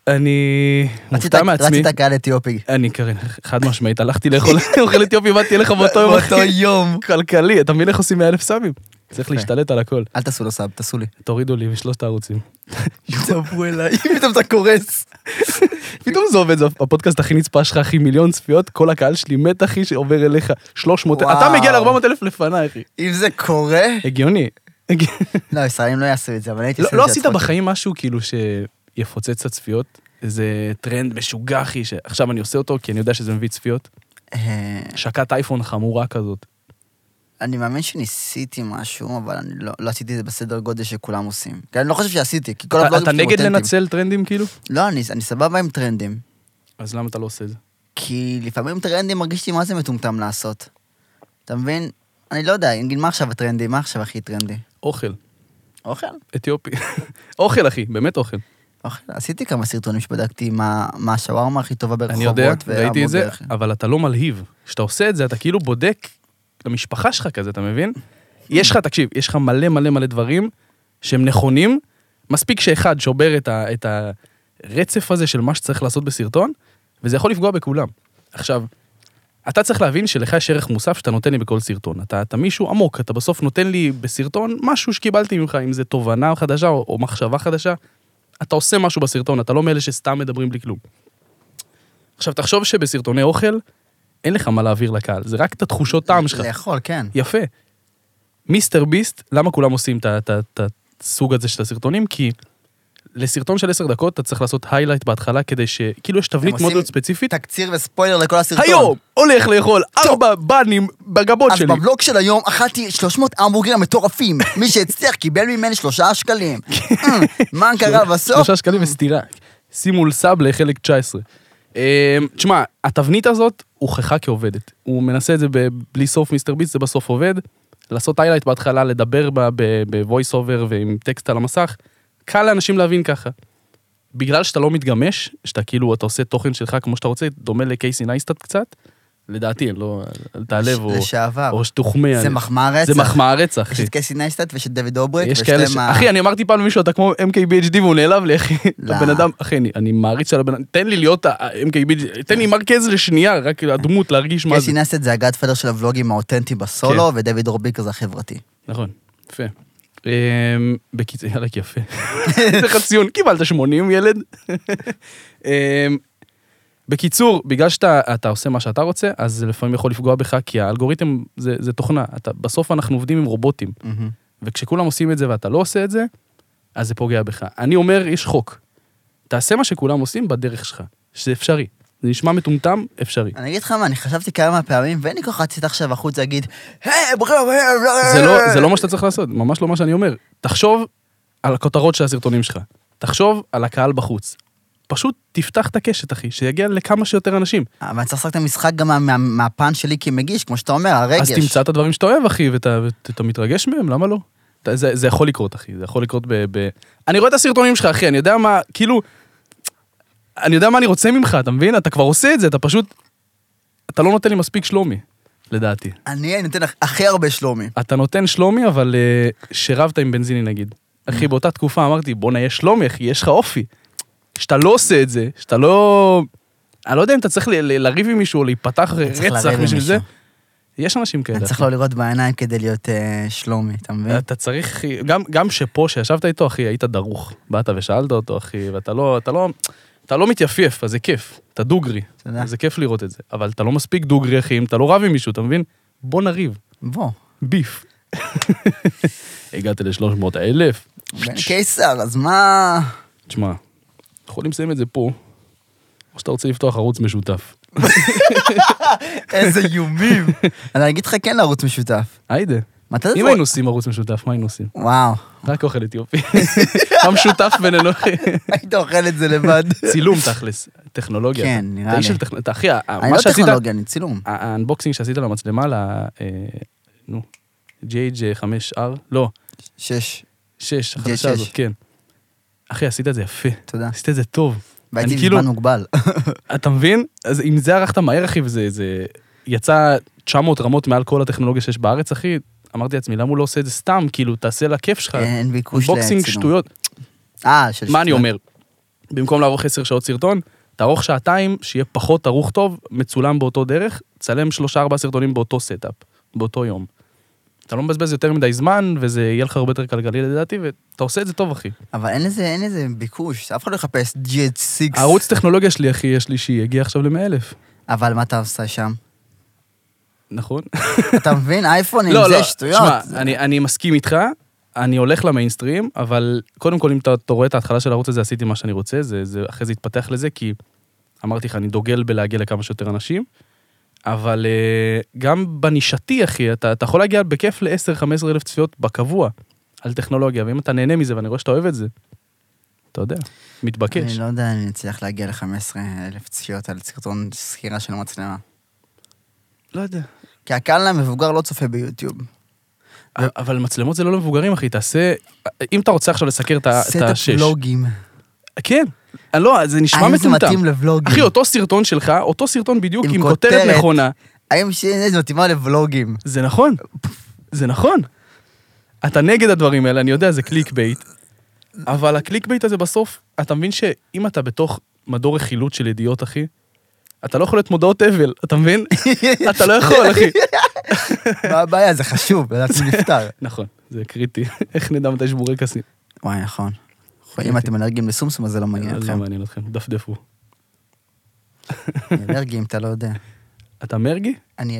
אני מופתע מעצמי. רצית קהל אתיופי. אני קרן, חד משמעית, הלכתי לאכול אוכל אתיופי, באתי לך באותו יום, באותו יום. כלכלי, אתה מבין איך עושים 100,000 סאבים? צריך להשתלט על הכל. אל תעשו לו סאב, תעשו לי. תורידו לי בשלושת הערוצים. יצטרפו אליי, פתאום אתה קורס. פתאום זה עובד, זה הפודקאסט הכי נצפה שלך, אחי, 1,000,000 צפיות, כל הקהל שלי מת, אחי, שעובר אליך 300, אתה מגיע ל-400,000 לפניי, אחי. אם זה קורה... הגיוני. לא, ישראלים לא יעשו את זה, אבל הייתי... לא עשית בחיים משהו כאילו שיפוצץ את הצפיות? איזה טרנד משוגע, אחי, שעכשיו אני עושה אותו, כי אני יודע שזה מביא צפיות. שקת אייפון חמורה כזאת. אני מאמין שניסיתי משהו, אבל אני לא עשיתי את זה בסדר גודל שכולם עושים. כי אני לא חושב שעשיתי, כי כל הבלוגים אתה נגד לנצל טרנדים כאילו? לא, אני סבבה עם טרנדים. אז למה אתה לא עושה את זה? כי לפעמים טרנדים מרגיש לי מה זה מטומטם לעשות. אתה מבין? אני לא יודע, נגיד מה עכשיו הטרנדי? מה עכשיו הכי טרנדי? אוכל. אוכל? אתיופי. אוכל, אחי, באמת אוכל. אוכל. עשיתי כמה סרטונים שבדקתי מה השווארמה הכי טובה ברחובות. אני יודע, ראיתי את זה, אבל אתה לא מלהיב. כשאתה עושה את זה, אתה כאילו בודק למשפחה שלך כזה, אתה מבין? יש לך, תקשיב, יש לך מלא מלא מלא דברים שהם נכונים, מספיק שאחד שובר את הרצף הזה של מה שצריך לעשות בסרטון, וזה יכול לפגוע בכולם. עכשיו, אתה צריך להבין שלך יש ערך מוסף שאתה נותן לי בכל סרטון. אתה מישהו עמוק, אתה בסוף נותן לי בסרטון משהו שקיבלתי ממך, אם זה תובנה חדשה או מחשבה חדשה, אתה עושה משהו בסרטון, אתה לא מאלה שסתם מדברים בלי כלום. עכשיו, תחשוב שבסרטוני אוכל, אין לך מה להעביר לקהל, זה רק את התחושות טעם שלך. לאכול, כן. יפה. מיסטר ביסט, למה כולם עושים את הסוג הזה של הסרטונים? כי לסרטון של 10 דקות, אתה צריך לעשות היילייט בהתחלה, כדי שכאילו יש תבנית מאוד ספציפית. תקציר וספוילר לכל הסרטון. היום הולך לאכול 4 בנים בגבות שלי. אז בבלוג של היום אכלתי 300 המבורגרים מטורפים. מי שהצליח קיבל ממני 3 שקלים. מה קרה בסוף? 3 שקלים וסתירה. שימו לסאב לחלק 19. תשמע, התבנית הזאת הוכחה כעובדת. הוא מנסה את זה בלי סוף מיסטר ביסט, זה בסוף עובד. לעשות היילייט בהתחלה, לדבר בוויס אובר ועם טקסט על המסך. קל לאנשים להבין ככה. בגלל שאתה לא מתגמש, שאתה כאילו, אתה עושה תוכן שלך כמו שאתה רוצה, דומה לקייסי נייסטאט קצת, לדעתי, לא תעלב או שתוחמא. זה מחמאה רצח. זה מחמאה רצח, יש את קייסי נייסטאט ויש את דוד אובריק. אחי, אני אמרתי פעם למישהו, אתה כמו MKBHD והוא נעלב לי, אחי. הבן אדם, אחי, אני מעריץ של הבן אדם, תן לי להיות MKBHD, תן לי מרכז לשנייה, רק הדמות להרגיש מה זה. קייסי נייסטאט זה הגאד פאדר של הבלוגים האותנטי בסולו, ודוד אובריק זה החברתי. נכון, יפה. בקיצור, יאללה, יפה. זה חציון, קיבלת 80, ילד. בקיצור, בגלל שאתה עושה מה שאתה רוצה, אז זה לפעמים יכול לפגוע בך, כי האלגוריתם זה תוכנה. בסוף אנחנו עובדים עם רובוטים. וכשכולם עושים את זה ואתה לא עושה את זה, אז זה פוגע בך. אני אומר, יש חוק. תעשה מה שכולם עושים בדרך שלך, שזה אפשרי. זה נשמע מטומטם, אפשרי. אני אגיד לך מה, אני חשבתי כמה פעמים, ואין לי כל כך רצית עכשיו החוץ להגיד, זה לא מה שאתה צריך לעשות, ממש לא מה שאני אומר. תחשוב על הכותרות של הסרטונים שלך. תחשוב על הקהל בחוץ. פשוט תפתח את הקשת, אחי, שיגיע לכמה שיותר אנשים. אבל אני צריך לעשות את המשחק גם מהפן שלי כמגיש, כמו שאתה אומר, הרגש. אז תמצא את הדברים שאתה אוהב, אחי, ואתה מתרגש מהם, למה לא? זה יכול לקרות, אחי, זה יכול לקרות אני רואה את הסרטונים שלך, אחי, אני יודע מה, כאילו, אני יודע מה אני רוצה ממך, אתה מבין? אתה כבר עושה את זה, אתה פשוט, אתה לא נותן לי מספיק שלומי, לדעתי. אני נותן לך הכי הרבה שלומי. אתה נותן שלומי, אבל שרבת עם בנזיני, נגיד. אחי, באותה תקופה אמרתי, בוא נהיה שלומי, אחי, יש לך אופי. שאתה לא עושה את זה, שאתה לא... אני לא יודע אם אתה צריך לריב עם מישהו, או להיפתח רצח בשביל זה. יש אנשים כאלה. אתה צריך לא לראות בעיניים כדי להיות שלומי, אתה מבין? אתה צריך, גם שפה, שישבת איתו, אחי, היית דרוך. באת ושאלת אותו, אחי, ואתה לא מתייפייף, אז זה כיף. אתה דוגרי. זה כיף לראות את זה. אבל אתה לא מספיק דוגרי, אחי, אם אתה לא רב עם מישהו, אתה מבין? בוא נריב. בוא. ביף. הגעת ל-300,000. בן קיסר, אז מה... תשמע, יכולים לסיים את זה פה, או שאתה רוצה לפתוח ערוץ משותף. איזה איומים. אני אגיד לך כן לערוץ משותף. היידה. אם היינו עושים ערוץ משותף, מה היינו עושים? וואו. רק אוכל אתיופי. מה משותף בינינו, אחי? היית אוכל את זה לבד. צילום תכלס, טכנולוגיה. כן, נראה לי. אחי, אני לא טכנולוגיה, אני צילום. האנבוקסינג שעשית למצלמה, GH5R, לא. 6, החדשה הזאת, כן. אחי, עשית את זה יפה. תודה. עשית את זה טוב. והייתי בזמן מוגבל. אתה מבין? אז אם זה ערכת מהר, אחי, וזה יצא 900 רמות מעל כל הטכנולוגיה שיש בארץ, אחי, אמרתי לעצמי, למה הוא לא עושה את זה סתם? כאילו, תעשה לכיף שלך. אין ביקוש לצילום. בוקסינג שטויות. מה אני אומר? במקום לערוך 10 שעות סרטון, תערוך שעתיים, שיהיה פחות ערוך טוב, מצולם באותו דרך, צלם 3-4 סרטונים באותו סטאפ, באותו יום. אתה לא מבזבז יותר מדי זמן, וזה יהיה לך הרבה יותר כלכלי לדעתי, ואתה עושה את זה טוב, אחי. אבל אין לזה ביקוש, אף אחד לא יחפש GH6. הערוץ טכנולוגיה שלי, אחי, יש לי שהיא הגיע עכשיו ל100,000. אבל מה אתה עושה שם? נכון? אתה מבין? אייפונים, לא, זה שטויות. שמע, אני מסכים איתך, אני הולך למיינסטרים, אבל קודם כל, אם אתה רואה את ההתחלה של הערוץ הזה, עשיתי מה שאני רוצה, אחרי זה התפתח לזה, כי אמרתי לך, אני דוגל בלהגיע לכמה שיותר אנשים, אבל גם בנישתי, אחי, אתה יכול להגיע בכיף ל-10-15 אלף צפיות בקבוע על טכנולוגיה, ואם אתה נהנה מזה, ואני רואה שאתה אוהב את זה, אתה יודע, מתבקש. אני לא יודע, אני אצליח להגיע ל-15,000 צפיות על סרטון סחירה של מצלמה. לא יודע. כי הקהל המבוגר לא צופה ביוטיוב. אבל מצלמות זה לא למבוגרים, אחי, תעשה, אם אתה רוצה עכשיו לסקר את ה-6. סטאפ ולוגים. כן, לא, זה נשמע האם זה מטומטם. מתאים לבלוגים? אחי, אותו סרטון שלך, אותו סרטון בדיוק עם כותרת כותרת. נכונה. האם זה מתאימה לבלוגים? זה נכון, זה נכון. אתה נגד הדברים האלה, אני יודע, זה קליק בייט, אבל הקליק בייט הזה בסוף, אתה מבין שאם אתה בתוך מדור רכילות של ידיעות, אחי, אתה לא יכול להיות מודעות אבל, אתה מבין? אתה לא יכול, אחי. מה הבעיה? זה חשוב, לדעת מי נפטר. נכון, זה קריטי. איך נדע מתי יש בורקסים? וואי, נכון. אם אתם אלרגיים לסומסום, אז זה לא מעניין זה לא אתכם. מעניין אתכם, דפדפו. אלרגיים, אתה לא יודע. אתה מרגי? אני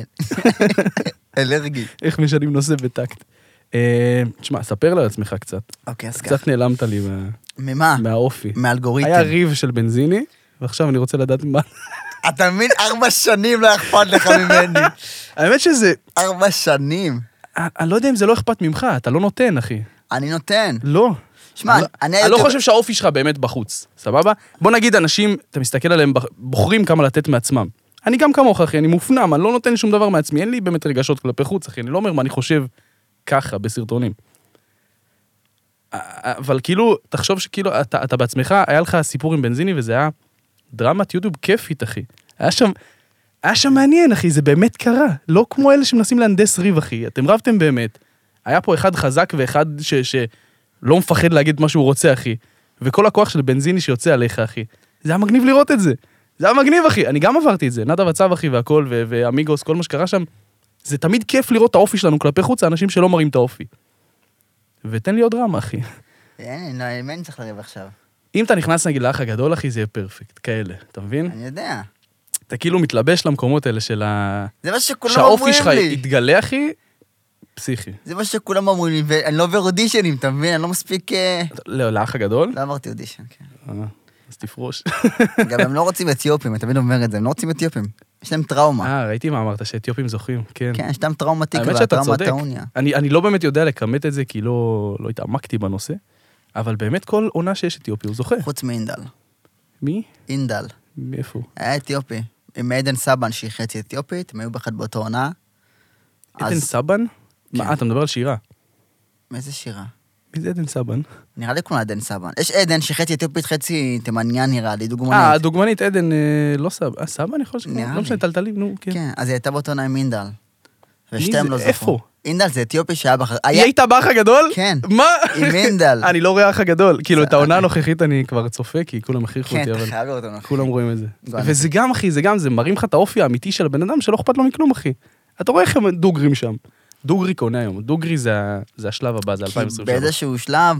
אלרגי. איך משנים נושא בטקט. תשמע, ספר לה לעצמך קצת. אוקיי, אז ככה. קצת נעלמת לי ממה? מהאופי. מאלגוריתם. היה ריב של בנזיני, ועכשיו אני רוצה לדעת מה. אתה מבין? 4 שנים לא אכפת לך ממני. האמת שזה, 4 שנים. אני לא יודע אם זה לא אכפת ממך, אתה לא נותן, אחי. אני נותן. לא. שמע, אני לא חושב שהאופי שלך באמת בחוץ, סבבה? בוא נגיד אנשים, אתה מסתכל עליהם, בוחרים כמה לתת מעצמם. אני גם כמוך, אחי, אני מופנם, אני לא נותן שום דבר מעצמי, אין לי באמת רגשות כלפי חוץ, אחי, אני לא אומר מה אני חושב ככה בסרטונים. אבל כאילו, תחשוב שכאילו, אתה בעצמך, היה לך סיפור עם בנזיני, וזה היה דרמת יוטיוב כיפית, אחי. היה שם מעניין, אחי, זה באמת קרה. לא כמו אלה שמנסים להנדס ריב, אחי. אתם רבתם באמת. היה פה אחד חזק ואחד שלא מפחד להגיד מה שהוא רוצה, אחי. וכל הכוח של בנזיני שיוצא עליך, אחי. זה היה מגניב לראות את זה. זה היה מגניב, אחי. אני גם עברתי את זה. נדב הצב, אחי, והכל, ואמיגוס, כל מה שקרה שם. זה תמיד כיף לראות את האופי שלנו כלפי חוץ, האנשים שלא מראים את האופי. ותן לי עוד דרמה, אחי. אין, לא, אין צריך לריב עכשיו. אם אתה נכנס נגיד לאח הגדול, אחי, זה יהיה פרפקט, כאלה, אתה מבין? אני יודע. אתה כאילו מתלבש למקומות האלה של זה מה שכולם שהאופי אומרים שלך לי. יתגלה, אחי, פסיכי. זה מה שכולם אומרים לי, ואני לא עובר אודישנים, אתה מבין? אני לא מספיק... לא, לאח הגדול? לא עברתי אודישן, כן. אז תפרוש. גם הם לא רוצים אתיופים, אני תמיד אומר את זה, הם לא רוצים אתיופים. יש להם טראומה. ראיתי מה אמרת, שאתיופים זוכים, כן. כן, יש להם טראומה תקווה, האמת שאתה טראומה צודק. טעוניה. אני לא באמת יודע לכמת את זה, כי לא התעמקתי בנושא, אבל באמת כל עונה שיש אתיופי, הוא זוכה. חוץ מאינדל. מי? אינדל. מאיפה? היה אתיופי. עם עדן סבן שהיא חצי אתיופית, הם היו באחד באותו עונה. עדן אז- סבן? מה, אתה מדבר על שירה. איזה שירה? מי זה עדן סבן? נראה לי כולה עדן סבן. יש עדן שחצי אתיופית, חצי תימניה נראה לי, דוגמנית. דוגמנית עדן, לא סבן. סבן יכול נראה להיות? לי. לא משנה, טלטלים, נו, כן. כן, אז היא הייתה באותו עונה עם אינדל. ושתיהם זה? לא זכו. איפה? אינדל זה אתיופי שהיה בחר... היא הייתה באח הגדול? כן. מה? עם אינדל. אני לא רואה אח הגדול. כאילו, את העונה הנוכחית אני כבר צופה, כי כולם הכריחו כן, אותי, אתה אבל חייב לראות אותנו. כולם רואים את זה. גועל. וזה גם, אחי, זה מראים לך את האופי האמיתי של הבן אדם שלא אכפת לו מכלום, אחי. אתה רואה איך הם דוגרים שם. דוגרי קונה היום. דוגרי זה השלב הבא, זה כי 2023. באיזשהו שלב,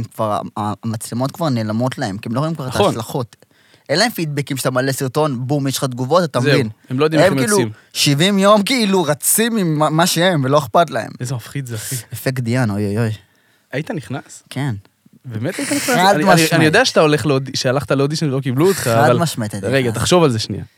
המצלמות כבר נעלמות להם, כי הם לא רואים כבר את נכון. ההשלכות. אין להם פידבקים שאתה מלא סרטון, בום, יש לך תגובות, אתה זהו, מבין. הם לא יודעים איך הם כאילו יוצאים. 70 יום כאילו רצים עם מה שהם, ולא אכפת להם. איזה מפחיד זה, אחי. אפקט דיאן, אוי אוי אוי. היית נכנס? כן. באמת היית נכנס? חד משמעית. אני יודע שהלכת לאודישן ולא קיבלו אותך, חד אבל... משמעית. הייתי רגע, נכנס. תחשוב על זה שנייה.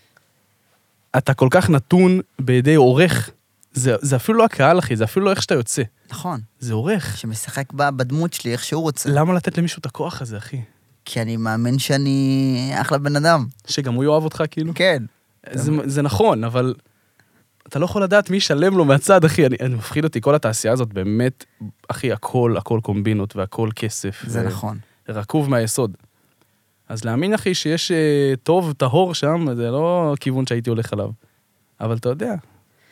אתה כל כך נתון בידי עורך, זה אפילו לא הקהל, אחי, זה אפילו לא איך שאתה יוצא. נכון. זה עורך. שמשחק בדמות שלי איך שהוא רוצה. למה לתת למישהו את הכוח הזה, אחי? כי אני מאמין שאני אחלה בן אדם. שגם הוא יאהב אותך, כאילו? כן. זה נכון, אבל אתה לא יכול לדעת מי ישלם לו מהצד, אחי. אני מפחיד אותי, כל התעשייה הזאת באמת, אחי, הכל קומבינות והכל כסף. זה נכון. רקוב מהיסוד. אז להאמין, אחי, שיש טוב, טהור שם, זה לא כיוון שהייתי הולך עליו. אבל אתה יודע.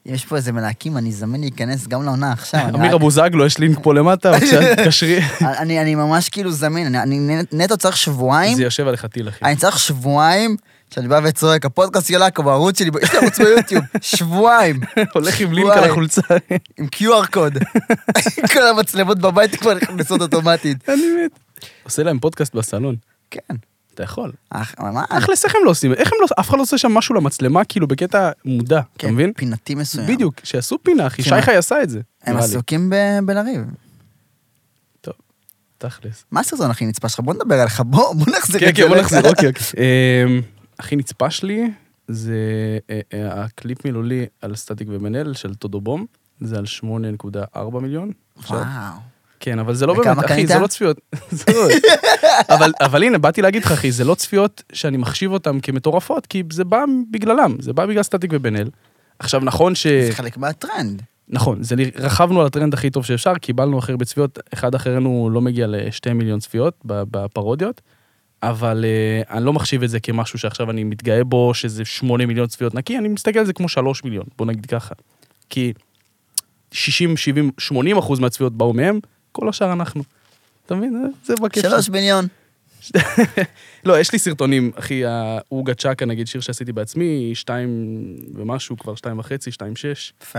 אם יש פה איזה מלהקים, אני זמן להיכנס גם לעונה עכשיו. אמיר אבוזגלו, יש לינק פה למטה, בבקשה, קשרי. אני ממש כאילו זמין, אני נטו צריך שבועיים. זה יושב עליך טיל, אחי. אני צריך שבועיים, שאני בא וצועק, הפודקאסט שלה, כמו הערוץ שלי, יש לי ערוץ ביוטיוב, שבועיים. הולך עם לינק על החולצה. עם QR קוד. כל המצלמות בבית כבר נכנסות אוטומטית. אני מת. עושה להם פודקאסט בסלון. כן. אתה יכול. ממש. איך הם לא עושים? איך הם לא... אף אחד לא עושה שם משהו למצלמה, כאילו בקטע מודע, אתה מבין? פינתי מסוים. בדיוק, שעשו פינה, אחי, שי חי עשה את זה. הם עסוקים בלריב. טוב, תכלס. מה הסרטון הכי נצפה שלך? בוא נדבר עליך, בוא נחזיר את זה. כן, בוא נחזיר, אוקיי. הכי נצפה שלי, זה הקליפ מילולי על סטטיק ובן-אל של טודובום, זה על 8.4 מיליון. וואו. כן, אבל זה לא באמת, אחי, זה לא צפיות. אבל הנה, באתי להגיד לך, אחי, זה לא צפיות שאני מחשיב אותן כמטורפות, כי זה בא בגללם, זה בא בגלל סטטיק ובן-אל. עכשיו, נכון זה חלק מהטרנד. נכון, רכבנו על הטרנד הכי טוב שאפשר, קיבלנו אחר בצפיות, אחד אחרינו לא מגיע ל2 מיליון צפיות בפרודיות, אבל אני לא מחשיב את זה כמשהו שעכשיו אני מתגאה בו, שזה 8 מיליון צפיות נקי, אני מסתכל על זה כמו 3 מיליון, בוא נגיד ככה. כי 60, 70, 80% מהצפיות באו מהם, כל השאר אנחנו. אתה מבין? זה בכיף. 3 מיליון. לא, יש לי סרטונים, אחי, אוגה צ'קה, נגיד שיר שעשיתי בעצמי, 2 ומשהו, כבר 2.5, 2.6. יפה.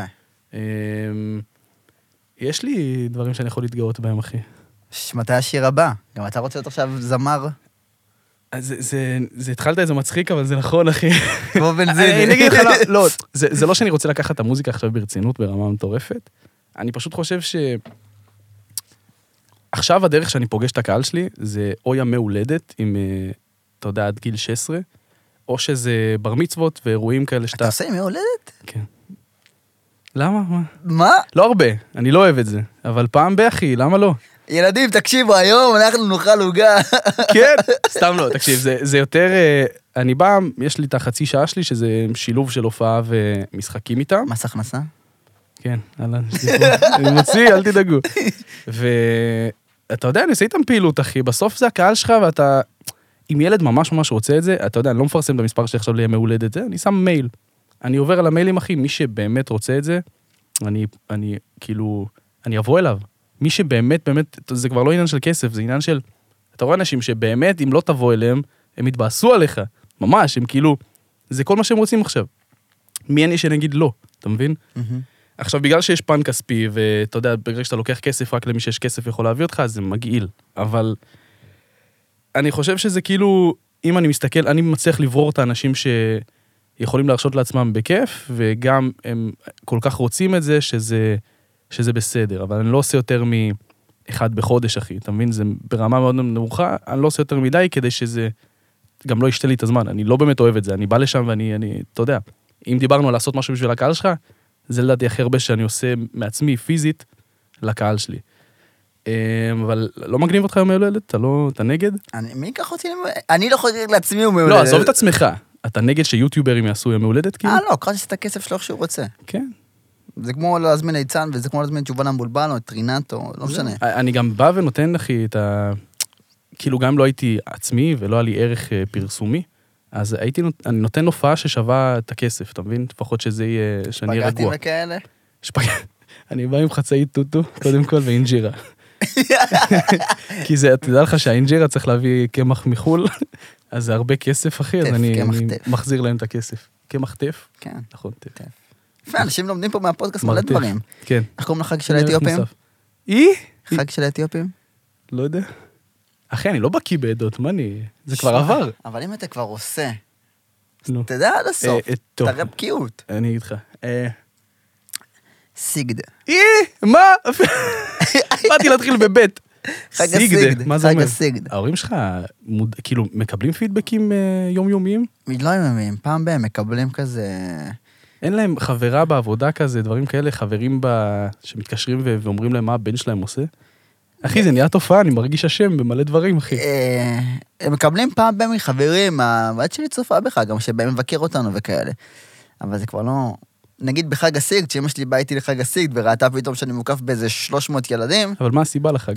יש לי דברים שאני יכול להתגאות בהם, אחי. מתי השיר הבא? גם אתה רוצה להיות עכשיו זמר? זה התחלת איזה מצחיק, אבל זה נכון, אחי. כמו בנזין. אני אגיד לך, לא, זה לא שאני רוצה לקחת את המוזיקה עכשיו ברצינות, ברמה מטורפת. אני פשוט חושב עכשיו הדרך שאני פוגש את הקהל שלי, זה או ימי הולדת, עם, אתה יודע, עד גיל 16, או שזה בר מצוות ואירועים כאלה שאתה... אתה עושה ימי הולדת? כן. למה? מה? לא הרבה, אני לא אוהב את זה. אבל פעם באחי, למה לא? ילדים, תקשיבו, היום אנחנו נאכל עוגה. כן, סתם לא, תקשיב, זה יותר... אני בא, יש לי את החצי שעה שלי, שזה שילוב של הופעה ומשחקים איתם. מס הכנסה? כן, אני מוציא, אל תדאגו. ואתה יודע, אני עושה איתם פעילות, אחי, בסוף זה הקהל שלך, ואתה... אם ילד ממש ממש רוצה את זה, אתה יודע, אני לא מפרסם את המספר שלי עכשיו לימי הולדת זה, אני שם מייל. אני עובר על המיילים, אחי, מי שבאמת רוצה את זה, אני כאילו, אני אבוא אליו. מי שבאמת, באמת, זה כבר לא עניין של כסף, זה עניין של, אתה רואה אנשים שבאמת, אם לא תבוא אליהם, הם יתבאסו עליך. ממש, הם כאילו, זה כל מה שהם רוצים עכשיו. מי אני שנגיד לא, אתה מבין? עכשיו, בגלל שיש פן כספי, ואתה יודע, בגלל שאתה לוקח כסף, רק למי שיש כסף יכול להביא אותך, זה מגעיל. אבל אני חושב שזה כאילו, אם אני מסתכל, אני מצליח לברור את האנשים שיכולים להרשות לעצמם בכיף, וגם הם כל כך רוצים את זה, שזה בסדר. אבל אני לא עושה יותר מאחד בחודש, אחי. אתה מבין? זה ברמה מאוד נמוכה, אני לא עושה יותר מדי, כדי שזה גם לא ישתה לי את הזמן. אני לא באמת אוהב את זה. אני בא לשם ואני, אתה יודע, אם דיברנו על לעשות משהו בשביל הקהל שלך, זה לדעתי הכי הרבה שאני עושה מעצמי פיזית לקהל שלי. אבל לא מגניב אותך יום הולדת? אתה נגד? מי ייקח אותי? אני לא חושב לעצמי יום הולדת. לא, עזוב את עצמך. אתה נגד שיוטיוברים יעשו יום הולדת? לא, קראת את הכסף שלו איך שהוא רוצה. כן. זה כמו להזמין ליצן, וזה כמו להזמין תשובה למבולבן, או את רינטו, לא משנה. אני גם בא ונותן, אחי, את ה... כאילו גם לא הייתי עצמי, ולא היה לי ערך פרסומי, אז אני נותן הופעה ששווה את הכסף, אתה מבין? לפחות שזה יהיה, שאני אהיה רגוע. וכאלה? אני בא עם חצאית טוטו, קודם כל, ואינג'ירה. כי זה, תדע לך שהאינג'ירה צריך להביא קמח מחול, אז זה הרבה כסף, אחי, אז אני מחזיר להם את הכסף. קמח טף? כן. נכון, טף. יפה, אנשים לומדים פה מהפודקאסט מלא דברים. כן. איך קוראים לחג של האתיופים? חג של האתיופים? לא יודע. אחי, אני לא בקיא בעדות, מה אני... זה כבר עבר. אבל אם אתה כבר עושה, תדע עד הסוף, תראה בקיאות. אני אגיד לך. סיגד. מה? באתי להתחיל בבית. חג הסיגד. מה זה אומר? חג הסיגד. ההורים שלך, כאילו, מקבלים פידבקים יומיומיים? לא יומיומיים, פעם בהם מקבלים כזה... אין להם חברה בעבודה כזה, דברים כאלה, חברים שמתקשרים ואומרים להם מה הבן שלהם עושה? אחי, זה נהיה תופעה, אני מרגיש השם במלא דברים, אחי. הם מקבלים פעם בהם מחברים, הבת שלי צופה בך, גם שבהם מבקר אותנו וכאלה. אבל זה כבר לא... נגיד בחג הסיגד, שאמא שלי באה איתי לחג הסיגד, וראתה פתאום שאני מוקף באיזה 300 ילדים, אבל מה הסיבה לחג?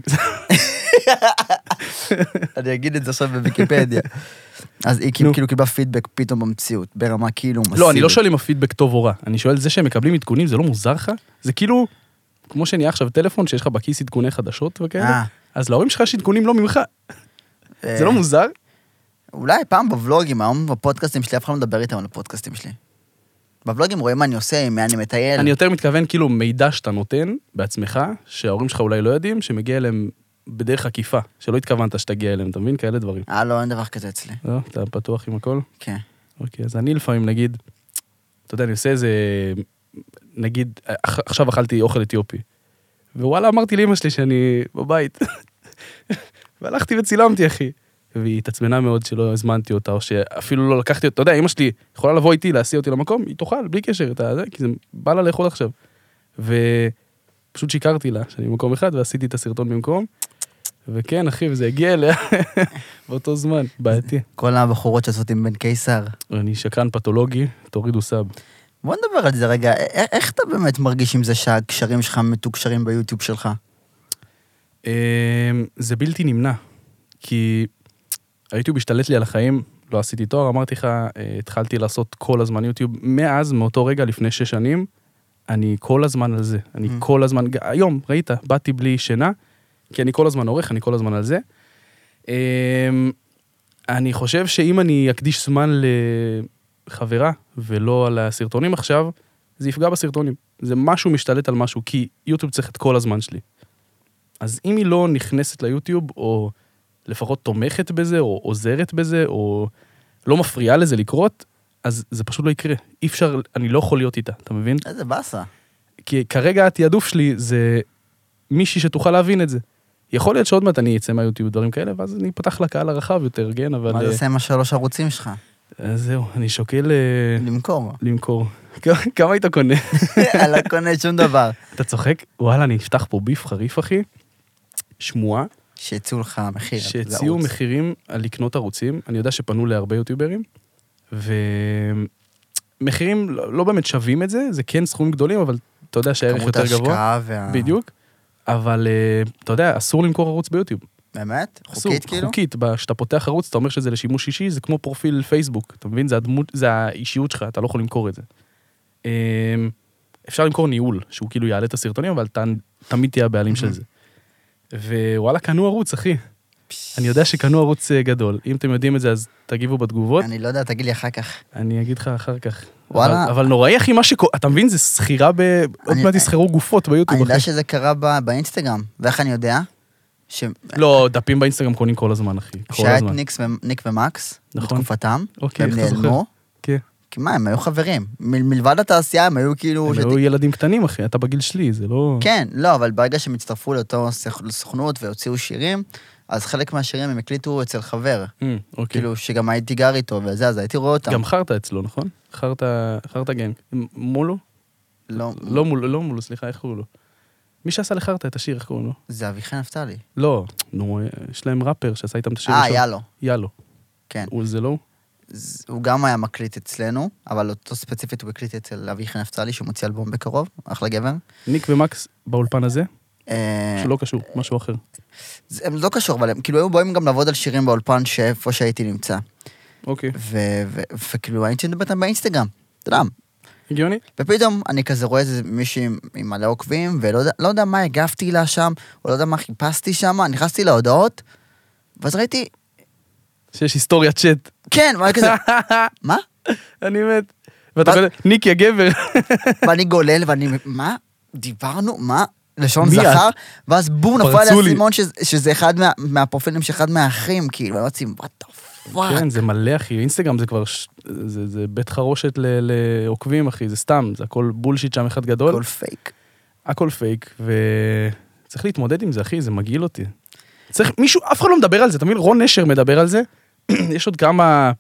אני אגיד את זה עכשיו בוויקיפדיה. אז היא כאילו קיבלה פידבק פתאום במציאות, ברמה כאילו מסיבית. לא, אני לא שואל אם הפידבק טוב או רע. אני שואל, זה שהם מקבלים עדכונים, זה לא מוזר לך? זה כאילו, כמו שנהיה עכשיו טלפון, שיש לך בכיס עדכוני חדשות וכאלה, אז להורים שלך יש עדכונים לא ממך. זה לא מוזר? אולי פעם בוולוגים, היום בפודקאסטים שלי, אף אחד לא מדבר איתם על הפודקאסטים שלי. בוולוגים רואים מה אני עושה, מה אני מטייל. אני יותר מתכוון כאילו מידע שאתה נותן בעצמך, שההורים שלך אולי לא יודעים, שמגיע אליהם בדרך עקיפה, שלא התכוונת שתגיע אליהם, אתה מבין? כאלה דברים. לא, אין דבר כזה אצלי. לא, אתה פתוח עם הכל? כן. אוקיי, אז אני לפעמים נגיד, אתה יודע, אני עושה איזה, נגיד, עכשיו אכלתי אוכל אתיופי, ווואלה, אמרתי לאמא שלי שאני בבית, והלכתי וצילמתי, אחי. והיא התעצמנה מאוד שלא הזמנתי אותה, או שאפילו לא לקחתי אותה, אתה יודע, אמא שלי יכולה לבוא איתי, להסיע אותי למקום, היא תאכל, בלי קשר, כי זה בא לה לאכול עכשיו. ופשוט שיקרתי לה, שאני במקום אחד, ועשיתי את הסרטון במקום, וכן, אחי, וזה הגיע אליה באותו זמן, בעייתי. כל הבחורות שעשות עם בן קיסר. אני שקרן פתולוגי, תורידו סאב. בוא נדבר על זה רגע, איך אתה באמת מרגיש עם זה שהקשרים שלך מתוקשרים ביוטיוב שלך? זה בלתי נמנע, כי היוטיוב השתלט לי על החיים, לא עשיתי תואר, אמרתי לך, התחלתי לעשות כל הזמן יוטיוב, מאז, מאותו רגע, לפני 6 שנים, אני כל הזמן על זה, אני כל הזמן, היום, ראית, באתי בלי שינה, כי אני כל הזמן עורך, אני כל הזמן על זה. אני חושב שאם אני אקדיש זמן לחברה, ולא על הסרטונים עכשיו, זה יפגע בסרטונים. זה משהו משתלט על משהו, כי יוטיוב צריך את כל הזמן שלי. אז אם היא לא נכנסת ליוטיוב, או לפחות תומכת בזה, או עוזרת בזה, או לא מפריעה לזה לקרות, אז זה פשוט לא יקרה. אי אפשר, אני לא יכול להיות איתה, אתה מבין? איזה באסה. כי כרגע התיעדוף שלי זה מישהי שתוכל להבין את זה. יכול להיות שעוד מעט אני אצא מהיוטיוב דברים כאלה, ואז אני פתח לקהל הרחב יותר, כן, אבל... מה זה עושה עם ה3 ערוצים שלך? זהו, אני שוקל... למכור. כמה היית קונה? לא קונה שום דבר. אתה צוחק? וואלה, אני אפתח פה ביף חריף, אחי. שמועה. שהציעו לך מחיר. שהציעו מחירים על לקנות ערוצים. אני יודע שפנו להרבה יוטיוברים, ומחירים לא באמת שווים את זה, זה כן סכומים גדולים, אבל אתה יודע שהערך יותר גבוה. בדיוק. אבל אתה יודע, אסור למכור ערוץ ביוטיוב. באמת? חוקית כאילו? חוקית, כשאתה פותח ערוץ, אתה אומר שזה לשימוש אישי, זה כמו פרופיל פייסבוק, אתה מבין? זה האישיות שלך, אתה לא יכול למכור את זה. אפשר למכור ניהול, שהוא כאילו יעלה את הסרטונים, אבל תמיד תהיה הבעלים של זה. ווואלה, קנו ערוץ, אחי. אני יודע שקנו ערוץ גדול. אם אתם יודעים את זה, אז תגיבו בתגובות. אני לא יודע, תגיד לי אחר כך. אני אגיד לך אחר כך. וואלה. אבל נוראי, אחי, מה שקורה, אתה מבין? זה שכירה עוד מעט יסחרו גופות ביוטיוב. אני יודע שזה קרה באינסטגרם. ואיך אני יודע? לא, דפים באינסטגרם קונים כל הזמן, אחי. שהיה את ניק ומקס, בתקופתם, והם נעלמו. כן. כי מה, הם היו חברים. מלבד התעשייה, הם היו כאילו... הם היו ילדים קטנים, אחי, אתה בגיל שלי, זה לא... כן, לא, אבל ברגע שהם הצטרפו לאותו סוכנות והוציאו שירים, אז חלק מהשירים הם הקליטו אצל חבר. כאילו, שגם הייתי גר איתו וזה, אז הייתי רואה אותם. גם חרת אצלו, נכון? חרת גנג. מולו? לא מולו, סליחה, איך קוראים לו? מי שעשה לחרת את השיר, איך קוראים לו? זה אביחי נפתלי. לא, נו, יש להם ראפר שעשה איתם את השיר. יאלו. כן. זה לא? הוא גם היה מקליט אצלנו, אבל אותו ספציפית הוא הקליט אצל אביחי נפתלי, שהוא מוציא אלבום בקרוב, אחלה גבר. ניק ומקס באולפן הזה? שלא קשור, משהו אחר. הם לא קשור, אבל הם כאילו היו באים גם לעבוד על שירים באולפן שאיפה שהייתי נמצא. אוקיי. וכאילו הייתי מדבר איתם באינסטגרם, אתה יודע. הגיוני? ופתאום אני כזה רואה איזה מישהי עם מלא עוקבים, ולא יודע מה הגבתי לה שם, או לא יודע מה חיפשתי שם, נכנסתי להודעות, ואז ראיתי... שיש היסטוריה צ'אט. כן, ואני כזה, מה? אני מת. ואתה קודם, ניקי הגבר. ואני גולל, ואני, מה? דיברנו? מה? לשון זכר? ואז בום, נפל לי הסימון שזה אחד מהפרופילים שאחד מהאחים, כאילו, ואני רוצים, what the fuck? כן, זה מלא, אחי. אינסטגרם זה כבר, זה בית חרושת לעוקבים, אחי. זה סתם, זה הכל בולשיט שם אחד גדול. הכל פייק. הכל פייק, וצריך להתמודד עם זה, אחי, זה מגעיל אותי. צריך, מישהו, אף אחד לא מדבר על זה, תמיד רון נשר מדבר על זה, יש עוד כמה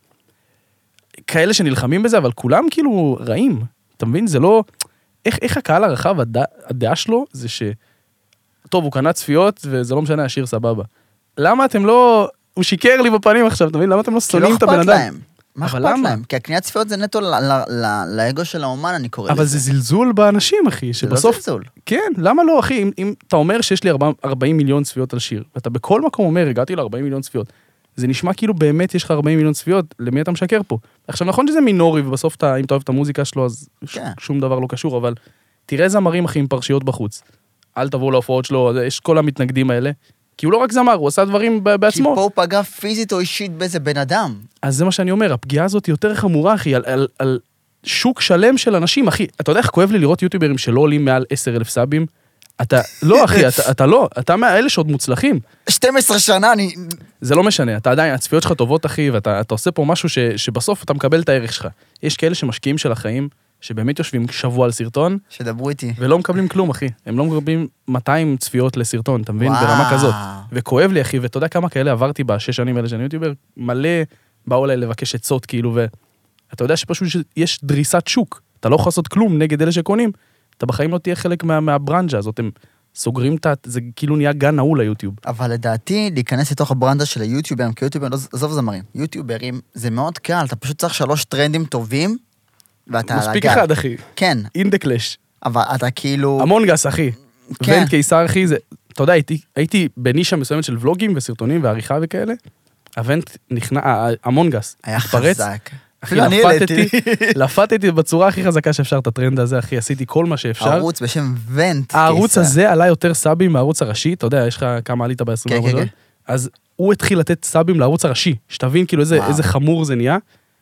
כאלה שנלחמים בזה, אבל כולם כאילו רעים, אתה מבין? זה לא, איך הקהל הרחב, הדעה שלו, זה ש, טוב, הוא קנה צפיות, וזה לא משנה, השיר סבבה. למה אתם לא, הוא שיקר לי בפנים עכשיו, אתה מבין? למה אתם לא שונאים את הבן אדם? מה אבל אכפת למה? להם? כי הקניית צפיות זה נטו לאגו של האומן, אני קורא לזה. אבל זה זלזול באנשים, אחי, זה לא שבסוף... זלזול. כן, למה לא, אחי? אם אתה אומר שיש לי 40 מיליון צפיות על שיר, ואתה בכל מקום אומר, הגעתי ל-40 מיליון צפיות, זה נשמע כאילו באמת יש לך 40 מיליון צפיות, למי אתה משקר פה? עכשיו, נכון שזה מינורי, ובסוף אם אתה אוהב את המוזיקה שלו, אז כן. שום דבר לא קשור, אבל תראה זמרים, אחי, עם פרשיות בחוץ. אל תבואו להופעות שלו, יש כל המתנגדים האלה, כי הוא לא רק זמר, הוא עשה דברים בעצמו. כי פה הוא פגע פיזית או אישית באיזה בן אדם. אז זה מה שאני אומר, הפגיעה הזאת היא יותר חמורה, אחי, על שוק שלם של אנשים, אחי. אתה יודע איך כואב לי לראות יוטיוברים שלא עולים מעל 10,000 סאבים? אתה, לא, אחי, אתה לא, אתה מהאלה שעוד מוצלחים. 12 שנה, אני... זה לא משנה, אתה עדיין, הצפיות שלך טובות, אחי, ואתה עושה פה משהו שבסוף אתה מקבל את הערך שלך. יש כאלה שמשקיעים של החיים, שבאמת יושבים שבוע על סרטון, שדברו איתי. ולא מקבלים כלום, אחי. הם לא מקבלים 200 צפיות לסרטון, אתה מבין? וואו. ברמה כזאת. וכואב לי, אחי, ואתה יודע כמה כאלה עברתי בשש שנים האלה שאני יוטיובר, מלא באו אליי לבקש עצות, כאילו, ואתה יודע שפשוט יש דריסת שוק. אתה לא יכול לעשות כלום נגד אלה שקונים. אתה בחיים לא תהיה חלק מהברנג'ה הזאת. הם סוגרים זה כאילו נהיה גן נעול ליוטיוב. אבל לדעתי, להיכנס לתוך הברנדה של היוטיוברים, כי יוטיוברים, עזוב זמרים, יוטיוברים, זה מאוד קל, אתה פשוט צריך 3 טרנדים טובים, ואתה על הגל. מספיק אחד, אחי. כן, אינדקלש. אבל אתה כאילו... המונגס, אחי. כן. ון קיסר, אחי, זה... אתה יודע, הייתי בנישה מסוימת של ולוגים וסרטונים ועריכה וכאלה. הוונט נכנע, המונגס. היה התפרץ. חזק. אחי, אפילו אני העליתי. לפתתי בצורה הכי חזקה שאפשר את הטרנד הזה, אחי, עשיתי כל מה שאפשר. ערוץ בשם ונט. הערוץ קיסר. הזה עלה יותר סאבים מהערוץ הראשי, אתה יודע, יש לך כמה עלית ב-24 כן, כן, שעות. כן. אז הוא התחיל לתת סאבים לערוץ הראשי, שתבין כאילו וואו. איזה חמור זה נהיה.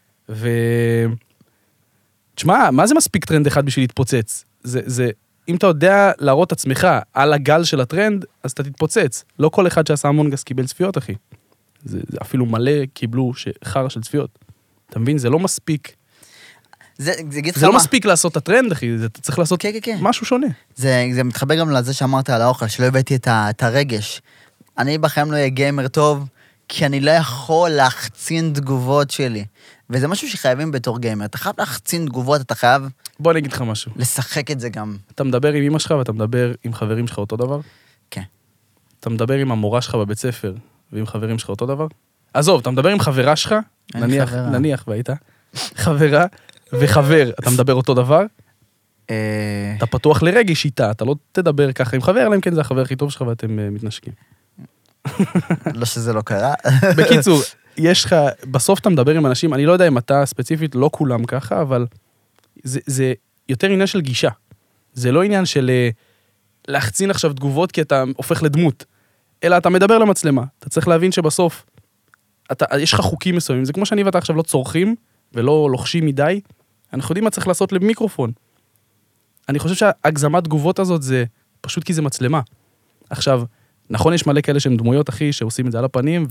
תשמע, מה זה מספיק טרנד אחד בשביל להתפוצץ? אם אתה יודע להראות עצמך על הגל של הטרנד, אז אתה תתפוצץ. לא כל אחד שעשה המונגס קיבל צפיות, אחי. זה אפילו מלא קיבלו חרא של צפיות. אתה מבין? זה לא מספיק. זה זה לא מספיק לעשות את הטרנד, אחי. אתה צריך לעשות כן, כן, כן. משהו שונה. זה מתחבר גם לזה שאמרת על האוכל, שלא הבאתי את הרגש. אני בחיים לא אהיה גיימר טוב, כי אני לא יכול להחצין תגובות שלי. וזה משהו שחייבים בתור גיימר. אתה חייב להחצין תגובות, אתה חייב בוא אני אגיד לך משהו. לשחק את זה גם. אתה מדבר עם אמא שלך ואתה מדבר עם חברים שלך אותו דבר? כן. אתה מדבר עם המורה שלך בבית ספר ועם חברים שלך אותו דבר? עזוב, אתה מדבר עם חברה שלך, נניח והיית, חברה וחבר, אתה מדבר אותו דבר? אתה פתוח לרגש איתה, אתה לא תדבר ככה עם חבר, אלא אם כן זה החבר הכי טוב שלך ואתם מתנשקים. לא שזה לא קרה. בקיצור, יש לך, בסוף אתה מדבר עם אנשים, אני לא יודע אם אתה ספציפית, לא כולם ככה, אבל זה יותר עניין של גישה. זה לא עניין של להחצין עכשיו תגובות כי אתה הופך לדמות, אלא אתה מדבר למצלמה. אתה צריך להבין שבסוף, יש לך חוקים מסוימים, זה כמו שאני ואתה עכשיו לא צורכים, ולא לוחשים מדי, אנחנו יודעים מה צריך לעשות למיקרופון. אני חושב שההגזמת תגובות הזאת זה פשוט כי זה מצלמה. עכשיו, נכון, יש מלא כאלה שהם דמויות, אחי, שעושים את זה על הפנים,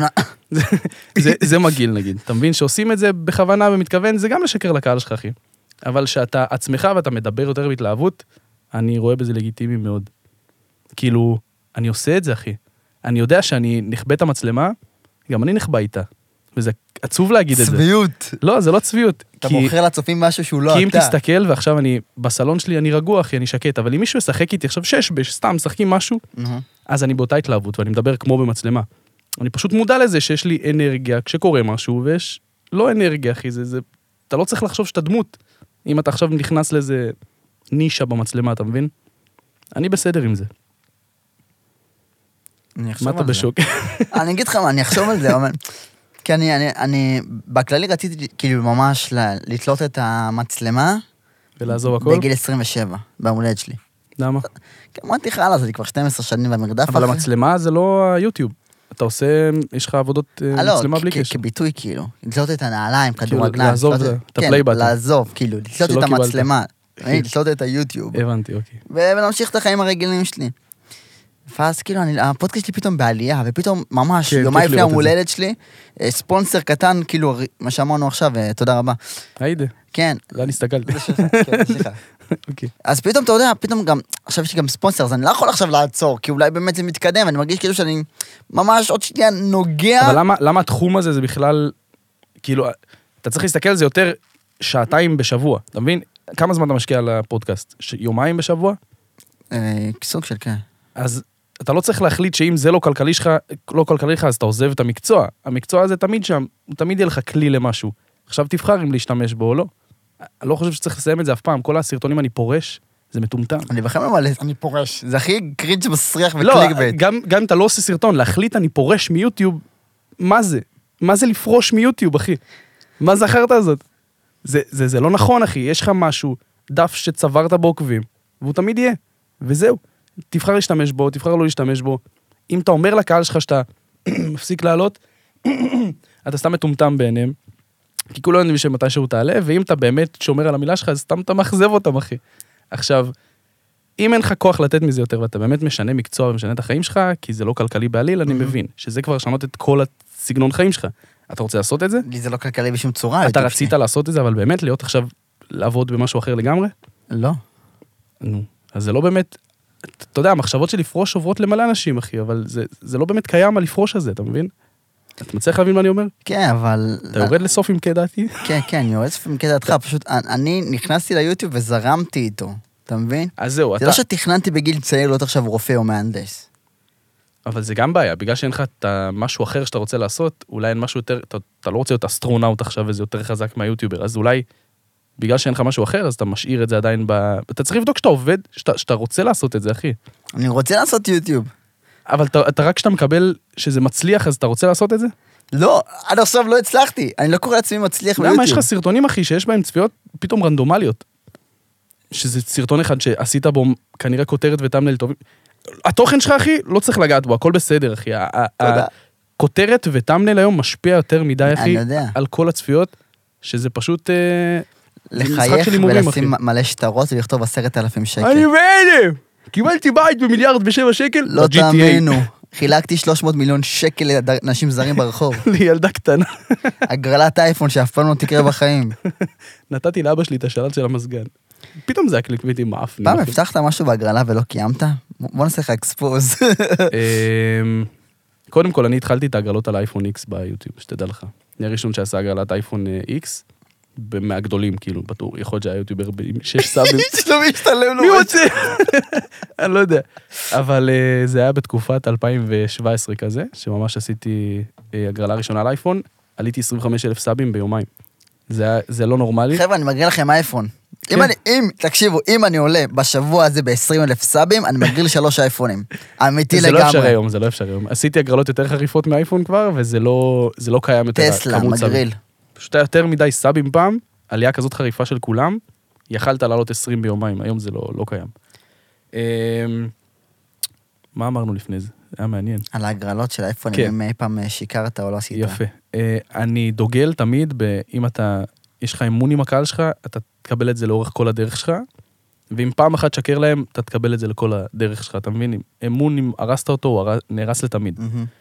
זה מגעיל, נגיד. אתה מבין שעושים את זה בכוונה ומתכוון, זה גם לשקר לקהל שלך, אחי. אבל שאתה עצמך ואתה מדבר יותר בהתלהבות, אני רואה בזה לגיטימי מאוד. כאילו, אני עושה את זה, אחי. אני יודע שאני נכבה את המצלמה, גם אני נכבה איתה. וזה עצוב להגיד את זה. צביעות. לא, זה לא צביעות. אתה מוכר לצופים משהו שהוא לא אתה. כי אם תסתכל, ועכשיו אני, בסלון שלי אני רגוע, אחי, אני שקט, אבל אם מישהו ישחק איתי עכשיו סתם, משחקים משהו, אז אני באותה התלהבות, ואני מדבר כמו במצלמה. אני פשוט מודע לזה שיש לי אנרגיה כשקורה משהו, ויש לא אנרגיה, אחי, אתה לא צריך לחשוב שאתה דמות, אם אתה עכשיו נכנס לאיזה נישה במצלמה, אתה מבין? אני בסדר עם זה. מה אתה בשוק? אני אגיד לך מה, אני אחשוב על זה, אבל... כי אני בכללי רציתי כאילו ממש לתלות את המצלמה. ולעזוב הכל? בגיל 27, במולדת שלי. למה? אמרתי לך, אז אני כבר 12 שנים במרדף. אבל המצלמה זה לא היוטיוב. אתה עושה, יש לך עבודות מצלמה בלי קשר. כביטוי כאילו, לתלות את הנעליים, כדורגליים. לעזוב את הפליי בטן. כן, לעזוב, כאילו, לתלות את המצלמה. לתלות את היוטיוב. הבנתי, אוקיי. ולהמשיך את החיים הרגילים שלי. ואז כאילו, הפודקאסט שלי פתאום בעלייה, ופתאום ממש יומיים לפני המולדת שלי, ספונסר קטן, כאילו, מה שאמרנו עכשיו, תודה רבה. היידה. כן. לא נסתכלתי. סליחה. אז פתאום, אתה יודע, פתאום גם, עכשיו יש לי גם ספונסר, אז אני לא יכול עכשיו לעצור, כי אולי באמת זה מתקדם, אני מרגיש כאילו שאני ממש עוד שנייה נוגע. אבל למה התחום הזה זה בכלל, כאילו, אתה צריך להסתכל על זה יותר שעתיים בשבוע, אתה מבין? כמה זמן אתה משקיע על הפודקאסט? יומיים בשבוע? סוג של כן. אז אתה לא צריך להחליט שאם זה לא כלכלי לך, אז אתה עוזב את המקצוע. המקצוע הזה תמיד שם, הוא תמיד יהיה לך כלי למשהו. עכשיו תבחר אם להשתמש בו או לא. אני לא חושב שצריך לסיים את זה אף פעם, כל הסרטונים אני פורש, זה מטומטם. אני בכלל ממלא, אני פורש. זה הכי קרינג' מסריח לא, וקליק בית. גם אם אתה לא עושה סרטון, להחליט אני פורש מיוטיוב, מה זה? מה זה לפרוש מיוטיוב, אחי? מה זה החרטא הזאת? זה לא נכון, אחי. יש לך משהו, דף שצברת בו עוקבים, והוא תמיד יהיה. וזהו. תבחר להשתמש בו, תבחר לא להשתמש בו. אם אתה אומר לקהל שלך שאתה מפסיק לעלות, אתה סתם מטומטם בעיניהם. כי כולו יודעים שמתי שהוא תעלה, ואם אתה באמת שומר על המילה שלך, אז סתם אתה מחזב אותם, אחי. עכשיו, אם אין לך כוח לתת מזה יותר, ואתה באמת משנה מקצוע ומשנה את החיים שלך, כי זה לא כלכלי בעליל, אני מבין, שזה כבר לשנות את כל הסגנון חיים שלך. אתה רוצה לעשות את זה? לי זה לא כלכלי בשום צורה. אתה רצית לעשות את זה, אבל באמת להיות עכשיו, לעבוד במשהו אחר לגמרי? לא. נו, אז זה לא באמת, אתה יודע, המחשבות של לפרוש עוברות למלא אנשים, אחי, אבל זה לא באמת קיים הלפרוש הזה, אתה מבין? אתה מצליח להבין מה אני אומר? כן, אבל... אתה יורד לסוף עם כדעתי? כן, אני יורד לסוף עם כדעתך, פשוט אני נכנסתי ליוטיוב וזרמתי איתו, אתה מבין? אז זהו, זה לא שתכננתי בגיל צעיר להיות עכשיו רופא או מהנדס. אבל זה גם בעיה, בגלל שאין לך משהו אחר שאתה רוצה לעשות, אולי אין משהו יותר, אתה לא רוצה להיות אסטרונאוט עכשיו, וזה יותר חזק מהיוטיובר, אז אולי, בגלל שאין לך משהו אחר, אז אתה משאיר את זה עדיין אתה צריך לבדוק שאתה עובד, שאתה רוצה לעשות את זה, אחי. אני רוצה לעשות יוטיוב. אבל אתה רק כשאתה מקבל שזה מצליח, אז אתה רוצה לעשות את זה? לא, עד עכשיו לא הצלחתי. אני לא קורא לעצמי מצליח ביוטיוב. למה יש לך סרטונים, אחי, שיש בהם צפיות פתאום רנדומליות? שזה סרטון אחד שעשית בו כנראה כותרת וטמנל טובים. התוכן שלך, אחי, לא צריך לגעת בו, הכל בסדר, אחי. תודה. הכותרת וטמנל היום משפיע יותר מדי, אחי, יודע. על כל הצפיות, שזה פשוט לחייך ולשים מלא שטרות ולכתוב 10,000 שקל. אני בהלם! קיבלתי בית ב1,000,007 שקל? לא תאמינו. חילקתי 300 מיליון שקל לאנשים זרים ברחוב. לילדה קטנה. הגרלת אייפון שאף פעם לא תקרה בחיים. נתתי לאבא שלי את השלט של המסגן. פתאום זה היה קליקביטי מאפני. פעם הבטחת משהו בהגרלה ולא קיימת? בוא נעשה לך אקספוז. קודם כל, אני התחלתי את ההגרלות על אייפון X ביוטיוב, שתדע לך. אני הראשון שעשה הגרלת אייפון X, מהגדולים, כאילו, בטור. יכול להיות שהיה יוטיובר עם 6 סאבים. שלא משתלם לו. מי רוצה? אני לא יודע. אבל זה היה בתקופת 2017 כזה, שממש עשיתי הגרלה ראשונה על אייפון, עליתי 25,000 סאבים ביומיים. זה לא נורמלי. חבר'ה, אני מגריל לכם אייפון. תקשיבו, אם אני עולה בשבוע הזה ב-20,000 סאבים, אני מגריל 3 אייפונים. אמיתי לגמרי. זה לא אפשר היום. עשיתי הגרלות יותר חריפות מאייפון כבר, וזה לא קיים יותר. טסלה, מגריל. פשוט היה יותר מדי סאבים פעם, עלייה כזאת חריפה של כולם, יכלת לעלות 20 ביומיים, היום זה לא קיים. מה אמרנו לפני זה? זה היה מעניין. על ההגרלות של האייפונים, אם אי פעם שיקרת או לא עשית. יפה. אני דוגל תמיד, אם יש לך אמון עם הקהל שלך, אתה תקבל את זה לאורך כל הדרך שלך, ואם פעם אחת שקר להם, אתה תקבל את זה לכל הדרך שלך, אתה מבין? אמון, אם הרסת אותו, הוא נהרס לתמיד.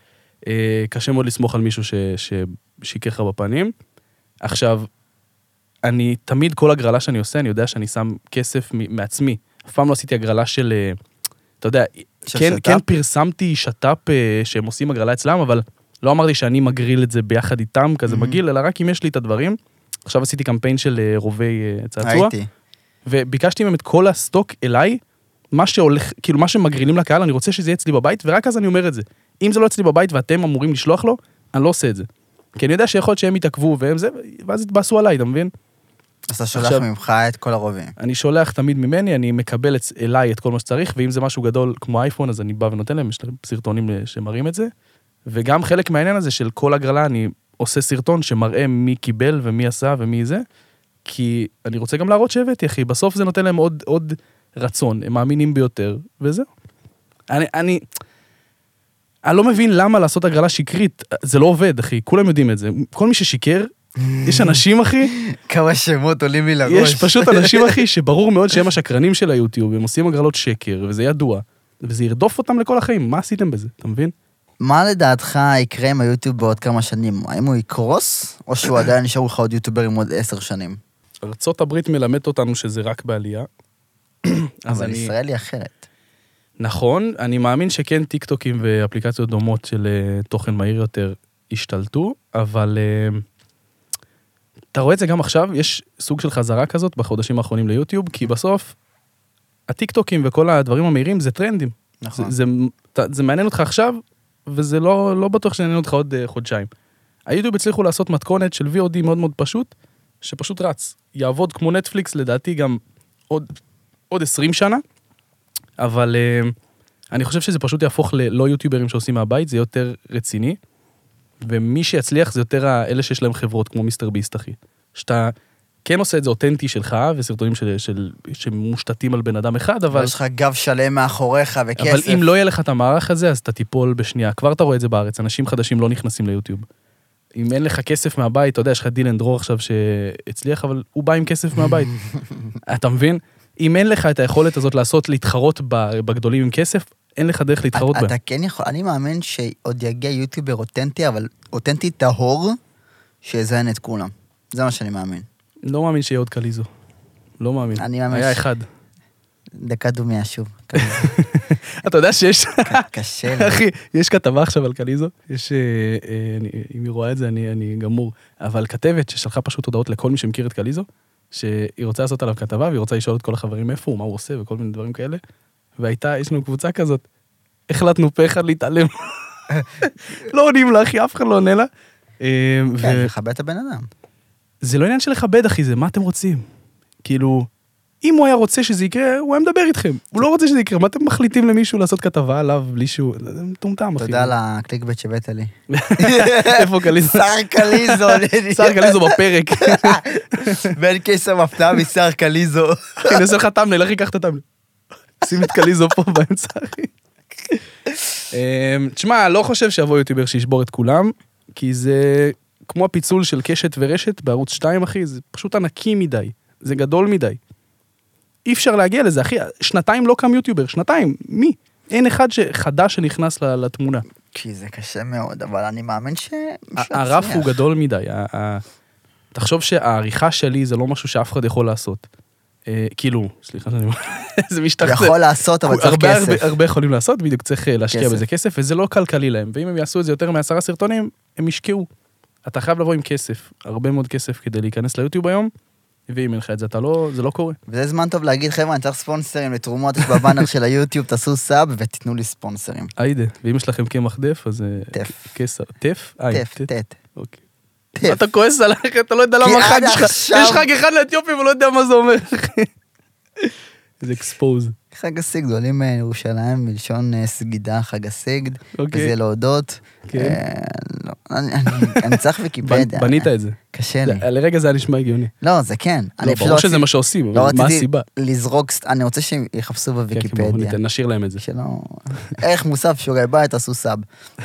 קשה מאוד לסמוך על מישהו ששיקר לך בפנים. עכשיו, אני תמיד, כל הגרלה שאני עושה, אני יודע שאני שם כסף מעצמי. אף פעם לא עשיתי הגרלה של, אתה יודע, כן פרסמתי שטאפ שהם עושים הגרלה אצלם, אבל לא אמרתי שאני מגריל את זה ביחד איתם, כזה מגיל, אלא רק אם יש לי את הדברים. עכשיו עשיתי קמפיין של רובי צעצוע. הייתי. וביקשתי מהם את כל הסטוק אליי, מה שהולך, כאילו מה שמגרילים לקהל, אני רוצה שזה יהיה אצלי בבית, ורק אז אני אומר את זה. אם זה לא אצלי בבית ואתם אמורים לשלוח לו, אני לא עושה את זה. כי אני יודע שיכול להיות שהם יתעכבו והם זה, ואז יתבאסו עליי, אתה מבין? אז אתה שולח ממך את כל הרובים. אני שולח תמיד ממני, אני מקבל אליי את כל מה שצריך, ואם זה משהו גדול כמו אייפון, אז אני בא ונותן להם, יש להם סרטונים שמראים את זה. וגם חלק מהעניין הזה של כל הגרלה, אני עושה סרטון שמראה מי קיבל ומי עשה ומי זה, כי אני רוצה גם להראות שהבאתי, אחי. בסוף זה נותן להם עוד רצון, הם מאמינים ביותר, וזהו. אני לא מבין למה לעשות הגרלה שקרית, זה לא עובד, אחי, כולם יודעים את זה. כל מי ששיקר, יש אנשים, אחי, כמה שמות עולים לי לראש. יש פשוט אנשים, אחי, שברור מאוד שהם השקרנים של היוטיוב, הם עושים הגרלות שקר, וזה ידוע, וזה ירדוף אותם לכל החיים. מה עשיתם בזה, אתה מבין? מה לדעתך יקרה עם היוטיוב בעוד כמה שנים? האם הוא יקרוס, או שהוא עדיין נשארו לך עוד יוטיוברים עוד 10 שנים? ארצות הברית מלמד אותנו שזה רק בעלייה. אבל ישראל היא אחרת. נכון, אני מאמין שכן טיקטוקים ואפליקציות דומות של תוכן מהיר יותר השתלטו, אבל אתה רואה את זה גם עכשיו, יש סוג של חזרה כזאת בחודשים האחרונים ליוטיוב, כי בסוף הטיקטוקים וכל הדברים המהירים זה טרנדים. נכון. זה מעניין אותך עכשיו, וזה לא בטוח שנעניין אותך עוד חודשיים. היוטיוב הצליחו לעשות מתכונת של VOD מאוד מאוד פשוט, שפשוט רץ. יעבוד כמו נטפליקס, לדעתי גם עוד 20 שנה, אבל אני חושב שזה פשוט יהפוך ללא יוטיוברים שעושים מהבית, זה יותר רציני, ומי שיצליח זה יותר אלה שיש להם חברות, כמו מיסטר ביסט, אחי. שאתה כן עושה את זה אותנטי שלך, וסרטונים שמושתתים על בן אדם אחד, אבל... יש לך גב שלם מאחוריך וכסף. אבל אם לא יהיה לך את המערך הזה, אז אתה תיפול בשנייה. כבר אתה רואה את זה בארץ, אנשים חדשים לא נכנסים ליוטיוב. אם אין לך כסף מהבית, אתה יודע, יש לך דילן דרור עכשיו שהצליח, אבל הוא בא עם כסף מהבית. אתה מבין? אם אין לך את היכולת הזאת להתחרות בגדולים עם כסף, אין לך דרך להתחרות בהם. אתה כן יכול, אני מאמין שעוד יגיע יוטיובר אותנטי, אבל אותנטי טהור, שיזיין את כולם. זה מה שאני מאמין. לא מאמין שיהיה עוד קליזו. לא מאמין. היה אחד. דקה דומיה שוב. אתה יודע שיש... קשה לי. אחי, יש כתבה עכשיו על קליזו, יש... אם היא רואה את זה, אני גמור. אבל כתבת ששלחה פשוט הודעות לכל מי שמכיר את קליזו, שהיא רוצה לעשות עליו כתבה, והיא רוצה לשאול את כל החברים איפה הוא, מה הוא עושה, וכל מיני דברים כאלה. והייתה, יש לנו קבוצה כזאת, החלטנו פה אחד להתעלם. לא עונים לה, אחי, אף אחד לא עונה לה. כן, לכבד את הבן אדם. זה לא עניין של לכבד, אחי, זה מה אתם רוצים. כאילו, אם הוא היה רוצה שזה יקרה, הוא היה מדבר איתכם. הוא לא רוצה שזה יקרה, מה אתם מחליטים למישהו לעשות כתבה עליו בלי שהוא... זה מטומטם, אחי. תודה על הקליקבט שבאת לי. איפה קליזו? שר קליזו. שר קליזו בפרק. ואין קסם הפתעה משר קליזו. אני אעשה לך תמנל, אחי, קח את התמנל. שים את קליזו פה באמצע, אחי. תשמע, לא חושב שיבוא יוטיובר שישבור את כולם, כי זה כמו הפיצול של קשת ורשת בערוץ 2, אחי, זה פשוט ענקי מדי. זה גדול מדי. אי אפשר להגיע לזה, אחי. שנתיים לא קם יוטיובר, שנתיים. מי? אין אחד חדש שנכנס לתמונה. כי זה קשה מאוד, אבל אני מאמין הרף הוא גדול מדי. תחשוב שהעריכה שלי זה לא משהו שאף אחד יכול לעשות. כאילו, סליחה שאני אומר, זה משתחצה. יכול לעשות, אבל צריך כסף. הרבה יכולים לעשות, בדיוק צריך להשקיע בזה כסף, וזה לא כלכלי להם. ואם הם יעשו את זה יותר מ10 סרטונים, הם ישקיעו. אתה חייב לבוא עם כסף, הרבה מאוד כסף כדי להיכנס ליוטיוב היום, ואם אין לך את זה, זה לא קורה. וזה זמן טוב להגיד, חבר'ה, אני צריך ספונסרים לתרומות, יש בבאנר של היוטיוב, תעשו סאב ותתנו לי ספונסרים. היידה, ואם יש לכם קמח דף, אז... טף. כסר. טף? טף, טט. אוקיי. אתה כועס עליך, אתה לא יודע למה חג שלך. יש חג אחד לאתיופים, ולא יודע מה זה אומר. זה אקספוז. חג הסיגד, עולים מירושלים, מלשון סגידה, חג הסיגד, וזה להודות. אני צריך ויקיפדיה. בנית את זה. קשה לי. לרגע זה היה נשמע הגיוני. לא, זה כן. לא, ברור שזה מה שעושים, אבל מה הסיבה? לזרוק, אני רוצה שהם יחפשו בוויקיפדיה. נשאיר להם את זה. ערך מוסף, שיעורי בית, תעשו סאב.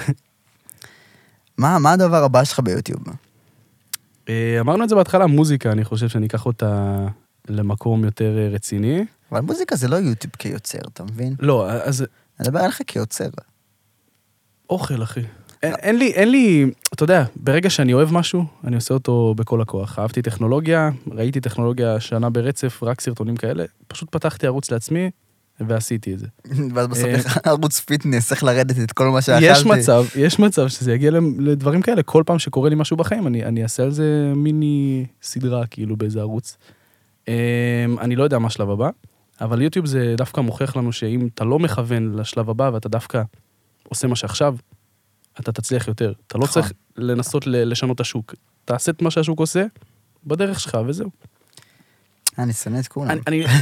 מה הדבר הבא שלך ביוטיוב? אמרנו את זה בהתחלה, מוזיקה, אני חושב שאני אקח אותה למקום יותר רציני. אבל מוזיקה זה לא יוטיוב כיוצר, אתה מבין? לא, אז... אני מדבר עליך כיוצר. אוכל, אחי. אין לי, אתה יודע, ברגע שאני אוהב משהו, אני עושה אותו בכל הכוח. אהבתי טכנולוגיה, ראיתי טכנולוגיה שנה ברצף, רק סרטונים כאלה, פשוט פתחתי ערוץ לעצמי, ועשיתי את זה. ואז בסוף ערוץ פיטנס, צריך לרדת את כל מה שאכלתי. יש מצב שזה יגיע לדברים כאלה, כל פעם שקורה לי משהו בחיים, אני אעשה על זה מיני סדרה, כאילו, באיזה ערוץ. אני לא יודע מה השלב הבא, אבל יוטיוב זה דווקא מוכיח לנו שאם אתה לא מכוון לשלב הבא, ואתה דווקא עושה מה שעכשיו, אתה תצליח יותר. אתה לא צריך לנסות לשנות את השוק. תעשה את מה שהשוק עושה, בדרך שלך, וזהו. אני שונא את כולם.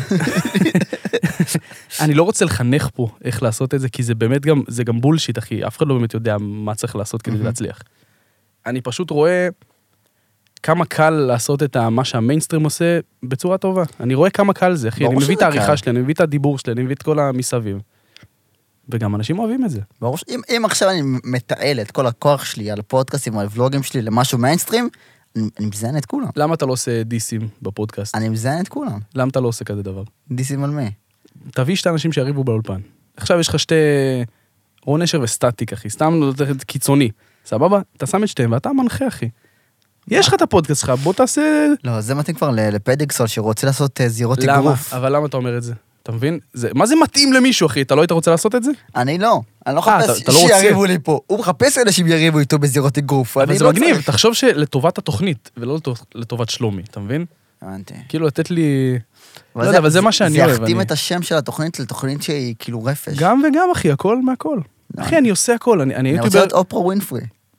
אני לא רוצה לחנך פה איך לעשות את זה, כי זה באמת גם, זה גם בולשיט, אחי. אף אחד לא באמת יודע מה צריך לעשות כדי להצליח. אני פשוט רואה כמה קל לעשות את מה שהמיינסטרים עושה בצורה טובה. אני רואה כמה קל זה, אחי. אני מביא את העריכה שלי, אני מביא את הדיבור שלי, אני מביא את כל המסביב. וגם אנשים אוהבים את זה. ברור, אם עכשיו אני מתעל את כל הכוח שלי על פודקאסטים או על ולוגים שלי למשהו מיינסטרים, אני מזיין את כולם. למה אתה לא עושה דיסים בפודקאסט? אני מזיין את כולם. למה אתה לא עושה כזה דבר? דיסים על מי? תביא שתי אנשים שיריבו באולפן. עכשיו יש לך שתי... רון נשר וסטטיק, אחי. סתם קיצוני. סבבה? אתה שם את שתיהם ואתה מנחה, אחי. יש לך את הפודקאסט שלך, בוא תעשה... לא, זה מתאים כבר לפדיקסול שרוצה לעשות זירות אגרוף. אבל למה אתה אומר את זה? אתה מבין? מה זה מתאים למישהו, אחי? אתה לא היית רוצה לעשות את זה? אני לא מחפש שיריבו לי פה. הוא מחפש אנשים יריבו איתו בזירות אגרוף. אבל זה מגניב, תחשוב שלטובת התוכנית, ולא לטובת שלומי, אתה מבין? הבנתי. כאילו, לתת לי... לא יודע, אבל זה מה שאני אוהב. זה יחתים את השם של התוכנית לתוכנית שהיא כאילו רפש. גם וגם, אחי, הכל מהכל. אחי, אני עושה הכל, אני רוצה להיות אופרה ווינפרי.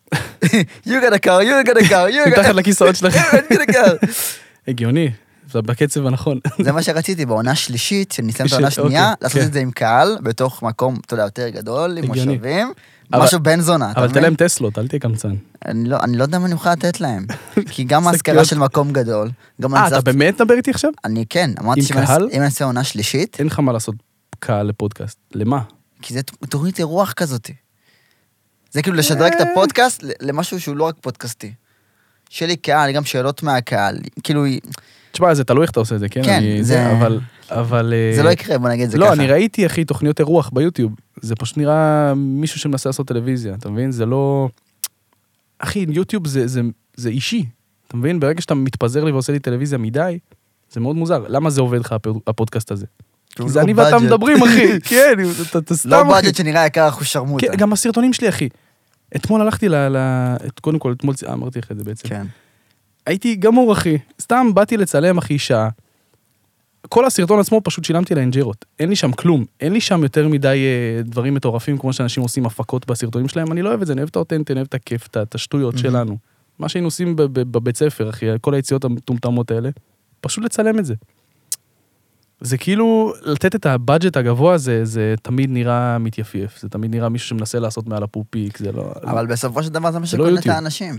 You got a car, you got a car, you got מתחת לכיסאות שלכם. you got a car. הגיוני, זה בקצב הנכון. זה מה שרציתי בעונה שלישית, שנסיים את העונה אוקיי, שנייה, לעשות כן. את זה עם קהל, בתוך מקום, אתה יודע, יותר גדול, עם הגיוני. מושבים, אבל- משהו בן זונה, אתה אבל תן מבין? להם טסלות, אל תהיה קמצן. אני לא יודע מה אני יכול לתת להם, כי גם ההשכרה של מקום גדול, גם אני אתה צריך... באמת מדבר איתי עכשיו? אני כן, אמרתי עם קהל? שאם אני אעשה עונה שלישית, אין לך מה לעשות קהל לפודקאסט. למה? כי זה תוכנית אירוח כזאת. זה כאילו לשדרג את הפודקאסט למשהו שהוא לא רק פודקאסטי. שיהיה לי קהל, גם שאלות מהקהל, כאילו, תשמע, זה תלוי איך אתה עושה את זה, כן? כן, אבל... זה לא יקרה, בוא נגיד את זה לא, ככה. אני ראיתי, אחי, תוכניות אירוח ביוטיוב. זה פשוט נראה מישהו שמנסה לעשות טלוויזיה, אתה מבין? זה לא... אחי, יוטיוב זה אישי, אתה מבין? ברגע שאתה מתפזר לי ועושה לי טלוויזיה מדי, זה מאוד מוזר. למה זה עובד לך, הפודקאסט הזה? כי זה לא אני ואתה budget. מדברים, אחי. כן, אתה סתם, לא אחי. בדג'ט שנראה יקר, אנחנו שרמוטה. כן, גם הסרטונים שלי, אחי. אתמול הלכתי קודם כל, אתמול אמרתי לך את זה בעצם. כן. הייתי גמור, אחי. סתם באתי לצלם, אחי, שעה. כל הסרטון עצמו פשוט שילמתי לאנג'ירות. אין לי שם כלום. אין לי שם יותר מדי דברים מטורפים, כמו שאנשים עושים הפקות בסרטונים שלהם. אני לא אוהב את זה, אני אוהב את האותנטי, אני אוהב את הכיף, את השטויות שלנו. מה שהיינו עושים בבית ספר, אחי, כל היציאות המטומטמות האלה, פשוט לצלם את זה. זה כאילו, לתת את הבאג'ט הגבוה, זה תמיד נראה מתייפייף. זה תמיד נראה מישהו שמנסה לעשות מעל הפופיק, זה לא... אבל בסופו של דבר זה מה לא שקונה את יוטיוב. האנשים.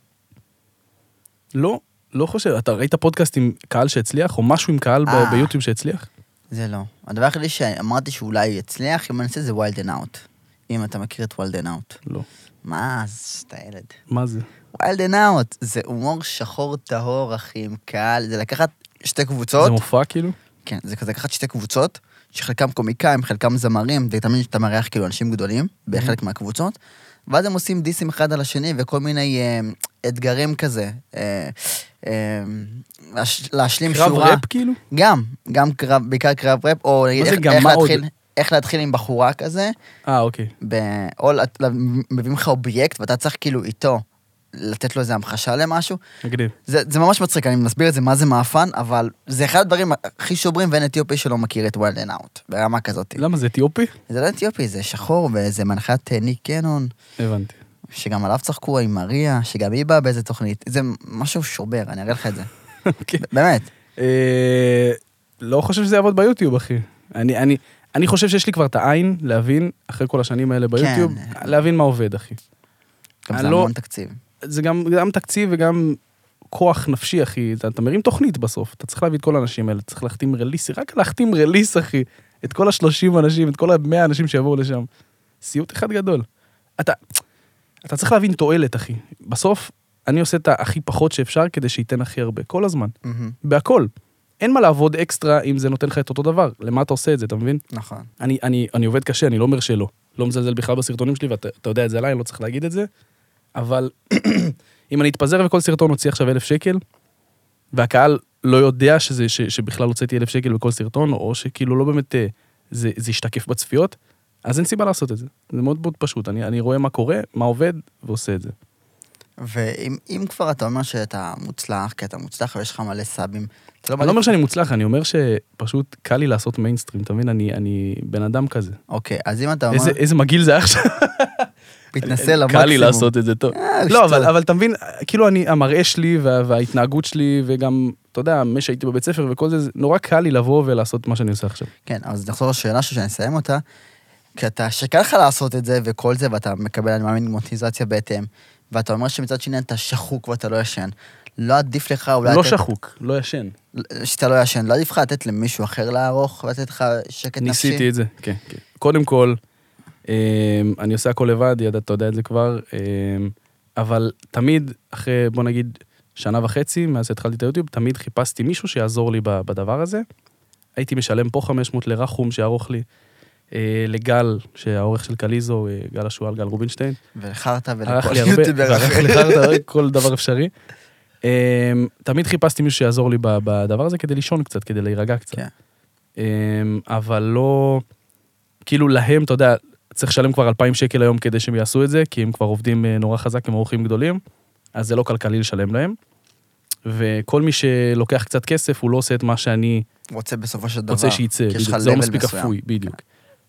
לא חושב. אתה ראית פודקאסט עם קהל שהצליח, או משהו עם קהל ביוטיוב שהצליח? זה לא. הדבר היחידי שאמרתי שאולי יצליח, אם אני אעשה זה ווילד אנד אאוט. אם אתה מכיר את ווילד אנד אאוט. לא. מה, אתה ילד. מה זה? ווילד אנד אאוט, זה הומור שחור טהור, אחי, עם קהל, זה לקחת שתי קבוצות. זה מופע כאילו? כן, זה כזה לקחת שתי קבוצות, שחלקם קומיקאים, חלקם זמרים, זה תמיד שאתה מארח כאילו אנשים גדולים, בחלק מהקבוצות, ואז הם עושים דיסים אחד על השני, וכל מיני אתגרים כזה, להשלים קרב שורה. ראפ כאילו? גם קרב, בעיקר קרב ראפ, או מה זה גם, מה עוד? איך להתחיל עם בחורה כזה, אוקיי. או מביאים לך אובייקט, ואתה צריך כאילו איתו, לתת לו איזה המחשה למשהו. מגניב. זה ממש מצחיק, אני מסביר את זה, מה זה מאפן, אבל זה אחד הדברים הכי שוברים, ואין אתיופי שלא מכיר את ווילד אנד אאוט, ברמה כזאת. למה זה אתיופי? זה לא אתיופי, זה שחור, וזה מנחת ניק קנון, הבנתי. שגם עליו צחקו עם מריה, שגם היא באה באיזה תוכנית. זה משהו שובר, אני אראה לך את זה. באמת. לא חושב שזה יעבוד ביוטיוב, אחי. אני חושב שיש לי כבר את העין להבין, אחרי כל השנים האלה ביוטיוב, להבין מה עובד, אחי. גם זה המון תקציב. זה גם תקציב וגם כוח נפשי, אחי. אתה מרים תוכנית בסוף. אתה צריך להביא את כל האנשים האלה. צריך להחתים רליס, רק להחתים רליס, אחי. את כל 30 אנשים, את כל 100 אנשים שיבואו לשם. סיוט אחד גדול. אתה צריך להבין תועלת, אחי. בסוף, אני עושה את הכי פחות שאפשר כדי שייתן הכי הרבה. כל הזמן. בהכל. אין מה לעבוד אקסטרה אם זה נותן לך את אותו דבר. למה אתה עושה את זה, אתה מבין? נכון. אני עובד קשה, אני לא אומר שלא. לא מזלזל בכלל בסרטונים שלי, ואתה יודע את זה עליי, אני לא צריך להגיד את זה. אבל אם אני אתפזר וכל סרטון הוציא עכשיו 1,000 שקל, והקהל לא יודע שבכלל הוצאתי 1,000 שקל בכל סרטון, או שכאילו לא באמת זה ישתקף בצפיות, אז אין סיבה לעשות את זה. זה מאוד מאוד פשוט. אני רואה מה קורה, מה עובד, ועושה את זה. ואם כבר אתה אומר שאתה מוצלח, כי אתה מוצלח ויש לך מלא סאבים, אני לא אומר שאני מוצלח, אני אומר שפשוט קל לי לעשות מיינסטרים, אתה מבין? אני בן אדם כזה. אוקיי, אז אם אתה אומר... איזה מגיל זה עכשיו? מתנסה למקסימום. קל לי לעשות את זה טוב. לא, אבל אתה מבין, כאילו המראה שלי וההתנהגות שלי, וגם, אתה יודע, מה שהייתי בבית ספר וכל זה, נורא קל לי לבוא ולעשות מה שאני עושה עכשיו. כן, אז נחזור לשאלה שאני אסיים אותה, כי אתה שקל לך לעשות את זה וכל זה, ואתה מקבל, אני מאמין, מוטיזציה בהתאם, ואתה אומר שמצד שני אתה שחוק ואתה לא ישן. לא עדיף לך אולי... לא שחוק, לא ישן. שאתה לא ישן, לא עדיף לך לתת למישהו אחר לערוך, ולתת לך שקט נפשי? ניסיתי את זה, כן. קודם כל, אני עושה הכל לבד, אתה יודע את זה כבר, אבל תמיד, אחרי, בוא נגיד, 1.5 שנה, מאז התחלתי את היוטיוב, תמיד חיפשתי מישהו שיעזור לי בדבר הזה. הייתי משלם פה 500 לרחום שיערוך לי, לגל, שהעורך של קליזו, גל השואל, גל רובינשטיין. ולחרת ערך לי הרבה, וערך לחרת כל דבר אפשרי. תמיד חיפשתי מישהו שיעזור לי בדבר הזה, כדי לישון קצת, כדי להירגע קצת. אבל לא, כאילו להם, אתה יודע, צריך לשלם כבר 2,000 שקל היום כדי שהם יעשו את זה, כי הם כבר עובדים נורא חזק, הם עורכים גדולים, אז זה לא כלכלי לשלם להם. וכל מי שלוקח קצת כסף, הוא לא עושה את מה שאני רוצה בסופו של דבר. רוצה שייצא, זה לא מספיק אפוי, בדיוק.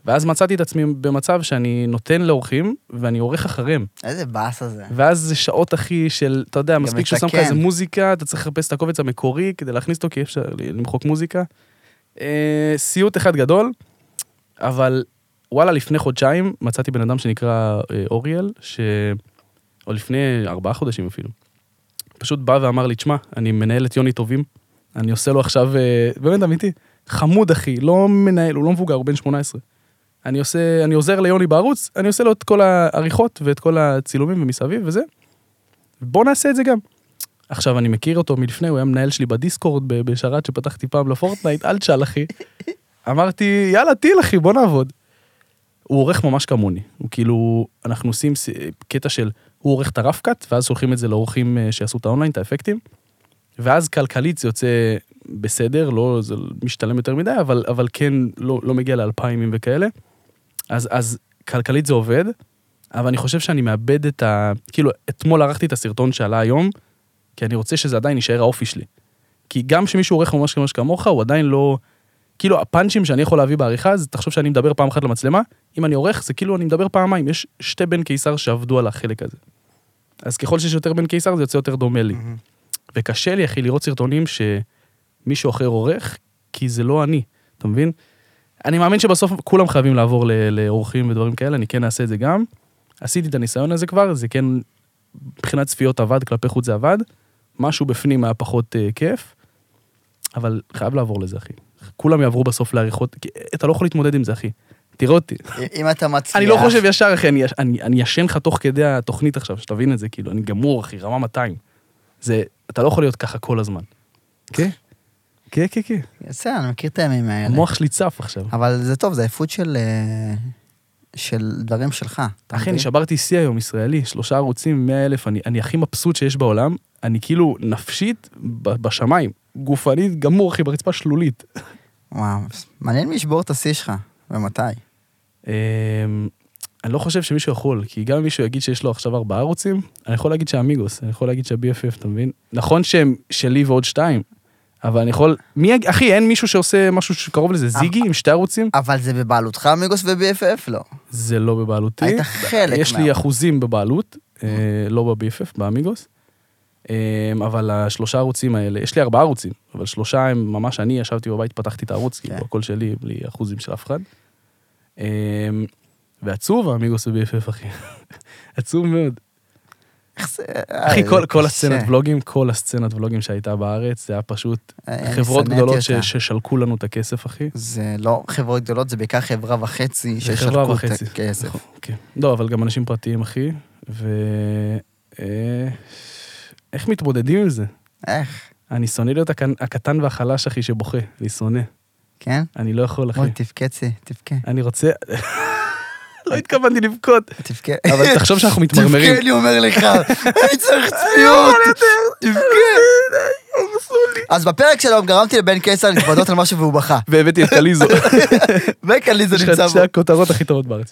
ואז מצאתי את עצמי במצב שאני נותן לאורחים, ואני עורך אחריהם. איזה באס הזה. ואז זה שעות הכי של, אתה יודע, מספיק שהוא שם לך מתקן. איזה מוזיקה, אתה צריך לחפש את הקובץ המקורי, כדי להכניס אותו, כי אפשר למחוק מוזיקה. סיוט אחד גדול, אבל וואלה, לפני חודשיים מצאתי בן אדם שנקרא אוריאל, או לפני 4 חודשים אפילו. פשוט בא ואמר לי, תשמע, אני מנהל את יוני טובים, אני עושה לו עכשיו, באמת אמיתי, חמוד אחי, לא מנהל, הוא לא מבוגר, הוא בן 18. אני עוזר ליוני בערוץ, אני עושה לו את כל העריכות ואת כל הצילומים ומסביב וזה. בוא נעשה את זה גם. עכשיו, אני מכיר אותו מלפני, הוא היה מנהל שלי בדיסקורד, בשרת שפתחתי פעם לפורטנייט, אל תשאל אחי. אמרתי, יאללה, טיל אחי, בוא נעבוד. הוא עורך ממש כמוני. הוא כאילו, אנחנו עושים קטע של, הוא עורך את הרפקט, ואז שולחים את זה לאורחים שיעשו את האונליין, את האפקטים, ואז כלכלית זה יוצא בסדר, לא, זה משתלם יותר מדי, אבל כן, לא מגיע ל2,000 וכאלה. אז כלכלית זה עובד, אבל אני חושב שאני מאבד את כאילו, אתמול ערכתי את הסרטון שעלה היום, כי אני רוצה שזה עדיין יישאר האופי שלי. כי גם שמישהו עורך ממש כמוך, הוא עדיין לא, כאילו, הפאנצ'ים שאני יכול להביא בעריכה, אז תחשוב שאני מדבר פעם אחת למצלמה, אם אני עורך, זה כאילו אני מדבר פעמיים, יש 2 בן קיסר שעבדו על החלק הזה. אז ככל שיש יותר בן קיסר, זה יוצא יותר דומה לי. וקשה לי, אחי, לראות סרטונים שמישהו אחר עורך, כי זה לא אני, אתה מבין? אני מאמין שבסוף כולם חייבים לעבור לאורחים ודברים כאלה, אני כן אעשה את זה גם. עשיתי את הניסיון הזה כבר, זה כן, מבחינת צפיות עבד, כלפי חוץ זה עבד, משהו בפנים היה פחות כיף, אבל חייב לעבור לזה, אחי. כולם יעברו בסוף לעריכות, כי אתה לא יכול להתמודד עם זה, אחי. תראה אותי. אם אתה מצליח... אני לא חושב ישר, אחי, אני ישן לך תוך כדי התוכנית עכשיו, שתבין את זה, כאילו, אני גמור, אחי, רמה 200. זה, אתה לא יכול להיות ככה כל הזמן. כן? כן. יצא, אני מכיר את הימים האלה. המוח שלי צף עכשיו. אבל זה טוב, זה איפות של דברים שלך. אחי, אני שברתי שיא היום ישראלי, 3 ערוצים, 100,000, אני הכי מבסוט שיש בעולם, אני כאילו נפשית בשמיים, גופנית גמור, אחי, ברצפה שלולית. וואו, מעניין מי ישבור את השיא שלך, ומתי? אני לא חושב שמישהו יכול, כי גם מישהו יגיד שיש לו עכשיו 4 ערוצים, אני יכול להגיד שהאמיגוס, אני יכול להגיד שה-BFF, אתה מבין? נכון שהם שלי ועוד 2, אבל אני יכול... אחי, אין מישהו שעושה משהו שקרוב לזה, זיגי עם 2 ערוצים? אבל זה בבעלותך, אמיגוס ו-BFF? לא. זה לא בבעלותי. היית חלק יש לי אחוזים בבעלות, לא ב-BFF, באמיגוס. אבל 3 ערוצים האלה, יש לי 4 ערוצים, אבל 3 הם ממש, אני ישבתי בבית, פתחתי את הערוץ, כאילו הכל שלי, בלי אחוזים של אף אחד. ועצוב, האמיגוס ו-BFF, אחי. עצוב מאוד. אחי, כל הסצנת ולוגים, כל הסצנת ולוגים שהייתה בארץ, זה היה פשוט חברות גדולות ששלקו לנו את הכסף, אחי. זה לא חברות גדולות, זה בעיקר 1.5 ששלקו את הכסף. לא, אבל גם אנשים פרטיים, אחי, איך מתמודדים עם זה? איך? אני שונא להיות הקטן והחלש, אחי, שבוכה, אני שונא. כן? אני לא יכול, אחי. תבכה. אני רוצה... לא התכוונתי לבכות. תבכה. אבל תחשוב שאנחנו מתמרמרים. תבכה, אני אומר לך. אני צריך צפיות. תבכה. אז בפרק שלו גרמתי לבן קיסר להתוודות על משהו והוא בכה. והבאתי את קליזו. וקליזו נמצא בו. יש לך 2 הכותרות הכי טובות בארץ.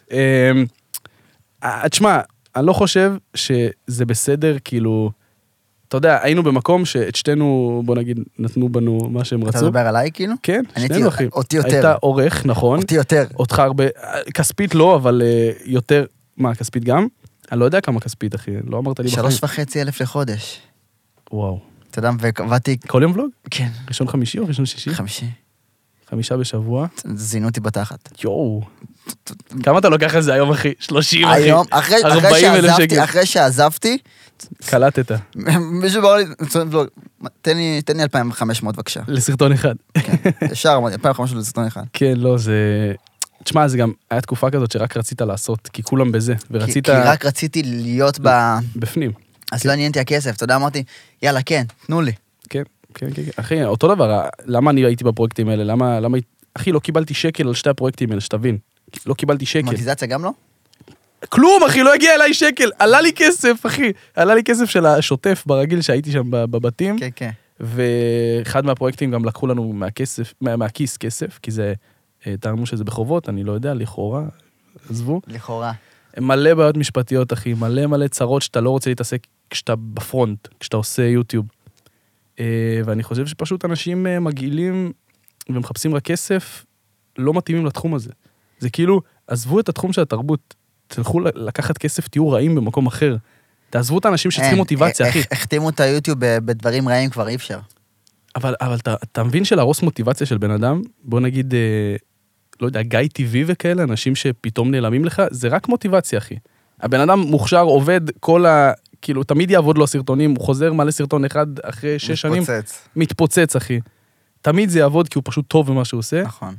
תשמע, אני לא חושב שזה בסדר, כאילו... אתה יודע, היינו במקום שאת שתינו, בוא נגיד, נתנו בנו מה שהם רצו. אתה מדבר עליי כאילו? כן, שתינו אחי. אותי יותר. הייתה עורך, נכון. אותי יותר. אותך הרבה, כספית לא, אבל יותר, מה, כספית גם? אני לא יודע כמה כספית, אחי, לא אמרת לי בחיים. 3,500 לחודש. וואו. אתה יודע, ועבדתי... כל יום ולוג? כן. ראשון חמישי או ראשון שישי? 5. 5 בשבוע. זינו אותי בתחת. יואו. כמה אתה לוקח על זה היום, אחי? 30, אחי. היום, 40,000 שקל. אחרי שעזבתי, קלטת. מישהו בא לי, תן לי 2,500 בבקשה. לסרטון אחד. כן, ישר, 2,500 לסרטון אחד. כן, לא, זה... תשמע, זה גם, היה תקופה כזאת שרק רצית לעשות, כי כולם בזה, ורצית... כי רק רציתי להיות בפנים. אז לא עניינתי הכסף, אתה יודע, אמרתי, יאללה, כן, תנו לי. כן. אחי, אותו דבר, למה אני הייתי בפרויקטים האלה? למה... אחי, לא קיבלתי שקל על 2 הפרויקטים האלה, שתבין. לא קיבלתי שקל. מוניטיזציה גם לא? כלום, אחי, לא הגיע אליי שקל. עלה לי כסף, אחי. עלה לי כסף של השוטף ברגיל שהייתי שם בבתים. כן. ואחד מהפרויקטים גם לקחו לנו מהכיס כסף, כי זה, טענו שזה בחובות, אני לא יודע, לכאורה, עזבו. לכאורה. מלא בעיות משפטיות, אחי, מלא צרות שאתה לא רוצה להתעסק כשאתה בפרונט, כשאתה עושה יוטיוב. ואני חושב שפשוט אנשים מגעילים ומחפשים רק כסף, לא מתאימים לתחום הזה. זה כאילו, עזבו את התחום של התרבות, תלכו לקחת כסף, תהיו רעים במקום אחר. תעזבו את האנשים שצריכים מוטיבציה, אחי. החתימו את היוטיוב בדברים רעים כבר אי אפשר. אבל אתה מבין שלהרוס מוטיבציה של בן אדם, בוא נגיד, לא יודע, גיא טבעי וכאלה, אנשים שפתאום נעלמים לך, זה רק מוטיבציה, אחי. הבן אדם מוכשר, עובד כאילו, תמיד יעבוד לו סרטונים, הוא חוזר מלא סרטון אחד אחרי 6 שנים. מתפוצץ, אחי. תמיד זה יעבוד כי הוא פשוט טוב במה שהוא עושה. נכון.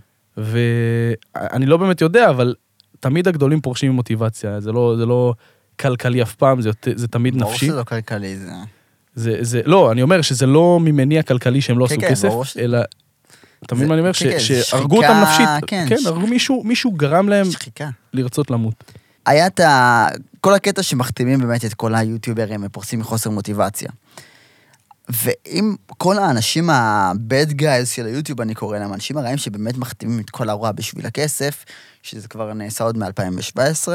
ואני לא באמת יודע, אבל תמיד הגדולים פורשים עם מוטיבציה. זה לא כלכלי אף פעם, זה תמיד נפשי. ברור שזה לא כלכלי, לא, אני אומר שזה לא ממניע כלכלי שהם לא עשו כסף, אלא, אתה מבין מה אני אומר? שהרגו אותם נפשית. כן, הרגו מישהו גרם להם לרצות למות. היה כל הקטע שמחתימים באמת את כל היוטיוברים, הם פורסים מחוסר מוטיבציה. ואם כל האנשים ה-bad guys של היוטיוב, אני קורא להם, אנשים הרעים שבאמת מחתימים את כל הרוע בשביל הכסף, שזה כבר נעשה עוד מ-2017,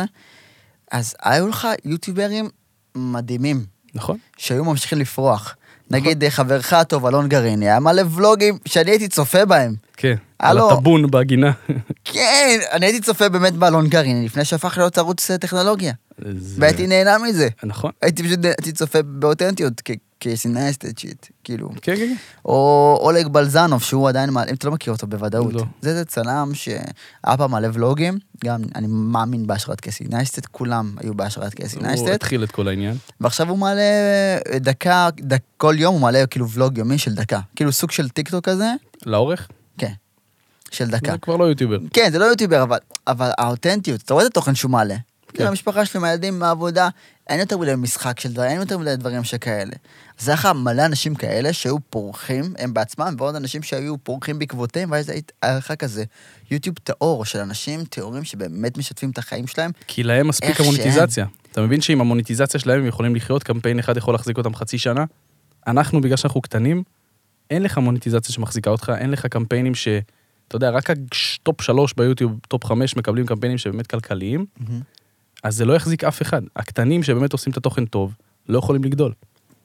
אז היו לך יוטיוברים מדהימים. נכון. שהיו ממשיכים לפרוח. נגיד, חברך הטוב, אלון גריני, היה מלא ולוגים שאני הייתי צופה בהם. כן, על הטבון בגינה. כן, אני הייתי צופה באמת באלון גריני, לפני שהפך להיות ערוץ טכנולוגיה. והייתי נהנה מזה. נכון. הייתי צופה באותנטיות, כסינייסטד שיט, כאילו. כן, כן. או אולג בלזנוב, שהוא עדיין, אם אתה לא מכיר אותו בוודאות. זה צלם שהיה פעם מלא ולוגים, גם אני מאמין בהשראת כסינייסטד, כולם היו בהשראת כסינייסטד. הוא התחיל את כל העניין. ועכשיו הוא מעלה דקה, כל יום הוא מעלה כאילו ולוג יומי של דקה. כאילו סוג של טיקטוק כזה. לאורך? כן. של דקה. זה כבר לא יוטיובר. כן, זה לא יוטיובר, אבל האותנטיות, אתה רואה את התוכן שהוא מעלה. כאילו המשפחה שלי, מהילדים, מהעבודה, אין יותר מדי משחק של דברים, אין יותר מדי דברים שכאלה. אז זה היה מלא אנשים כאלה שהיו פורחים, הם בעצמם, ועוד אנשים שהיו פורחים בעקבותיהם, ואז היה כזה יוטיוב טהור של אנשים טהורים שבאמת משתפים את החיים שלהם. כי להם מספיק המוניטיזציה. אתה מבין שעם המוניטיזציה שלהם הם יכולים לחיות, קמפיין אחד יכול להחזיק אותם חצי שנה. אנחנו, בגלל שאנחנו קטנים, אין לך מוניטיזציה שמחזיקה אותך, אין לך קמפיינים ש... אתה יודע, רק טופ 3 ביוטיוב, טופ 5 מקבלים קמפיינים שבאמת כלכליים, אז זה לא יחזיק אף אחד. הקטנים שבאמת עושים את התוכן טוב, לא יכולים לגדול.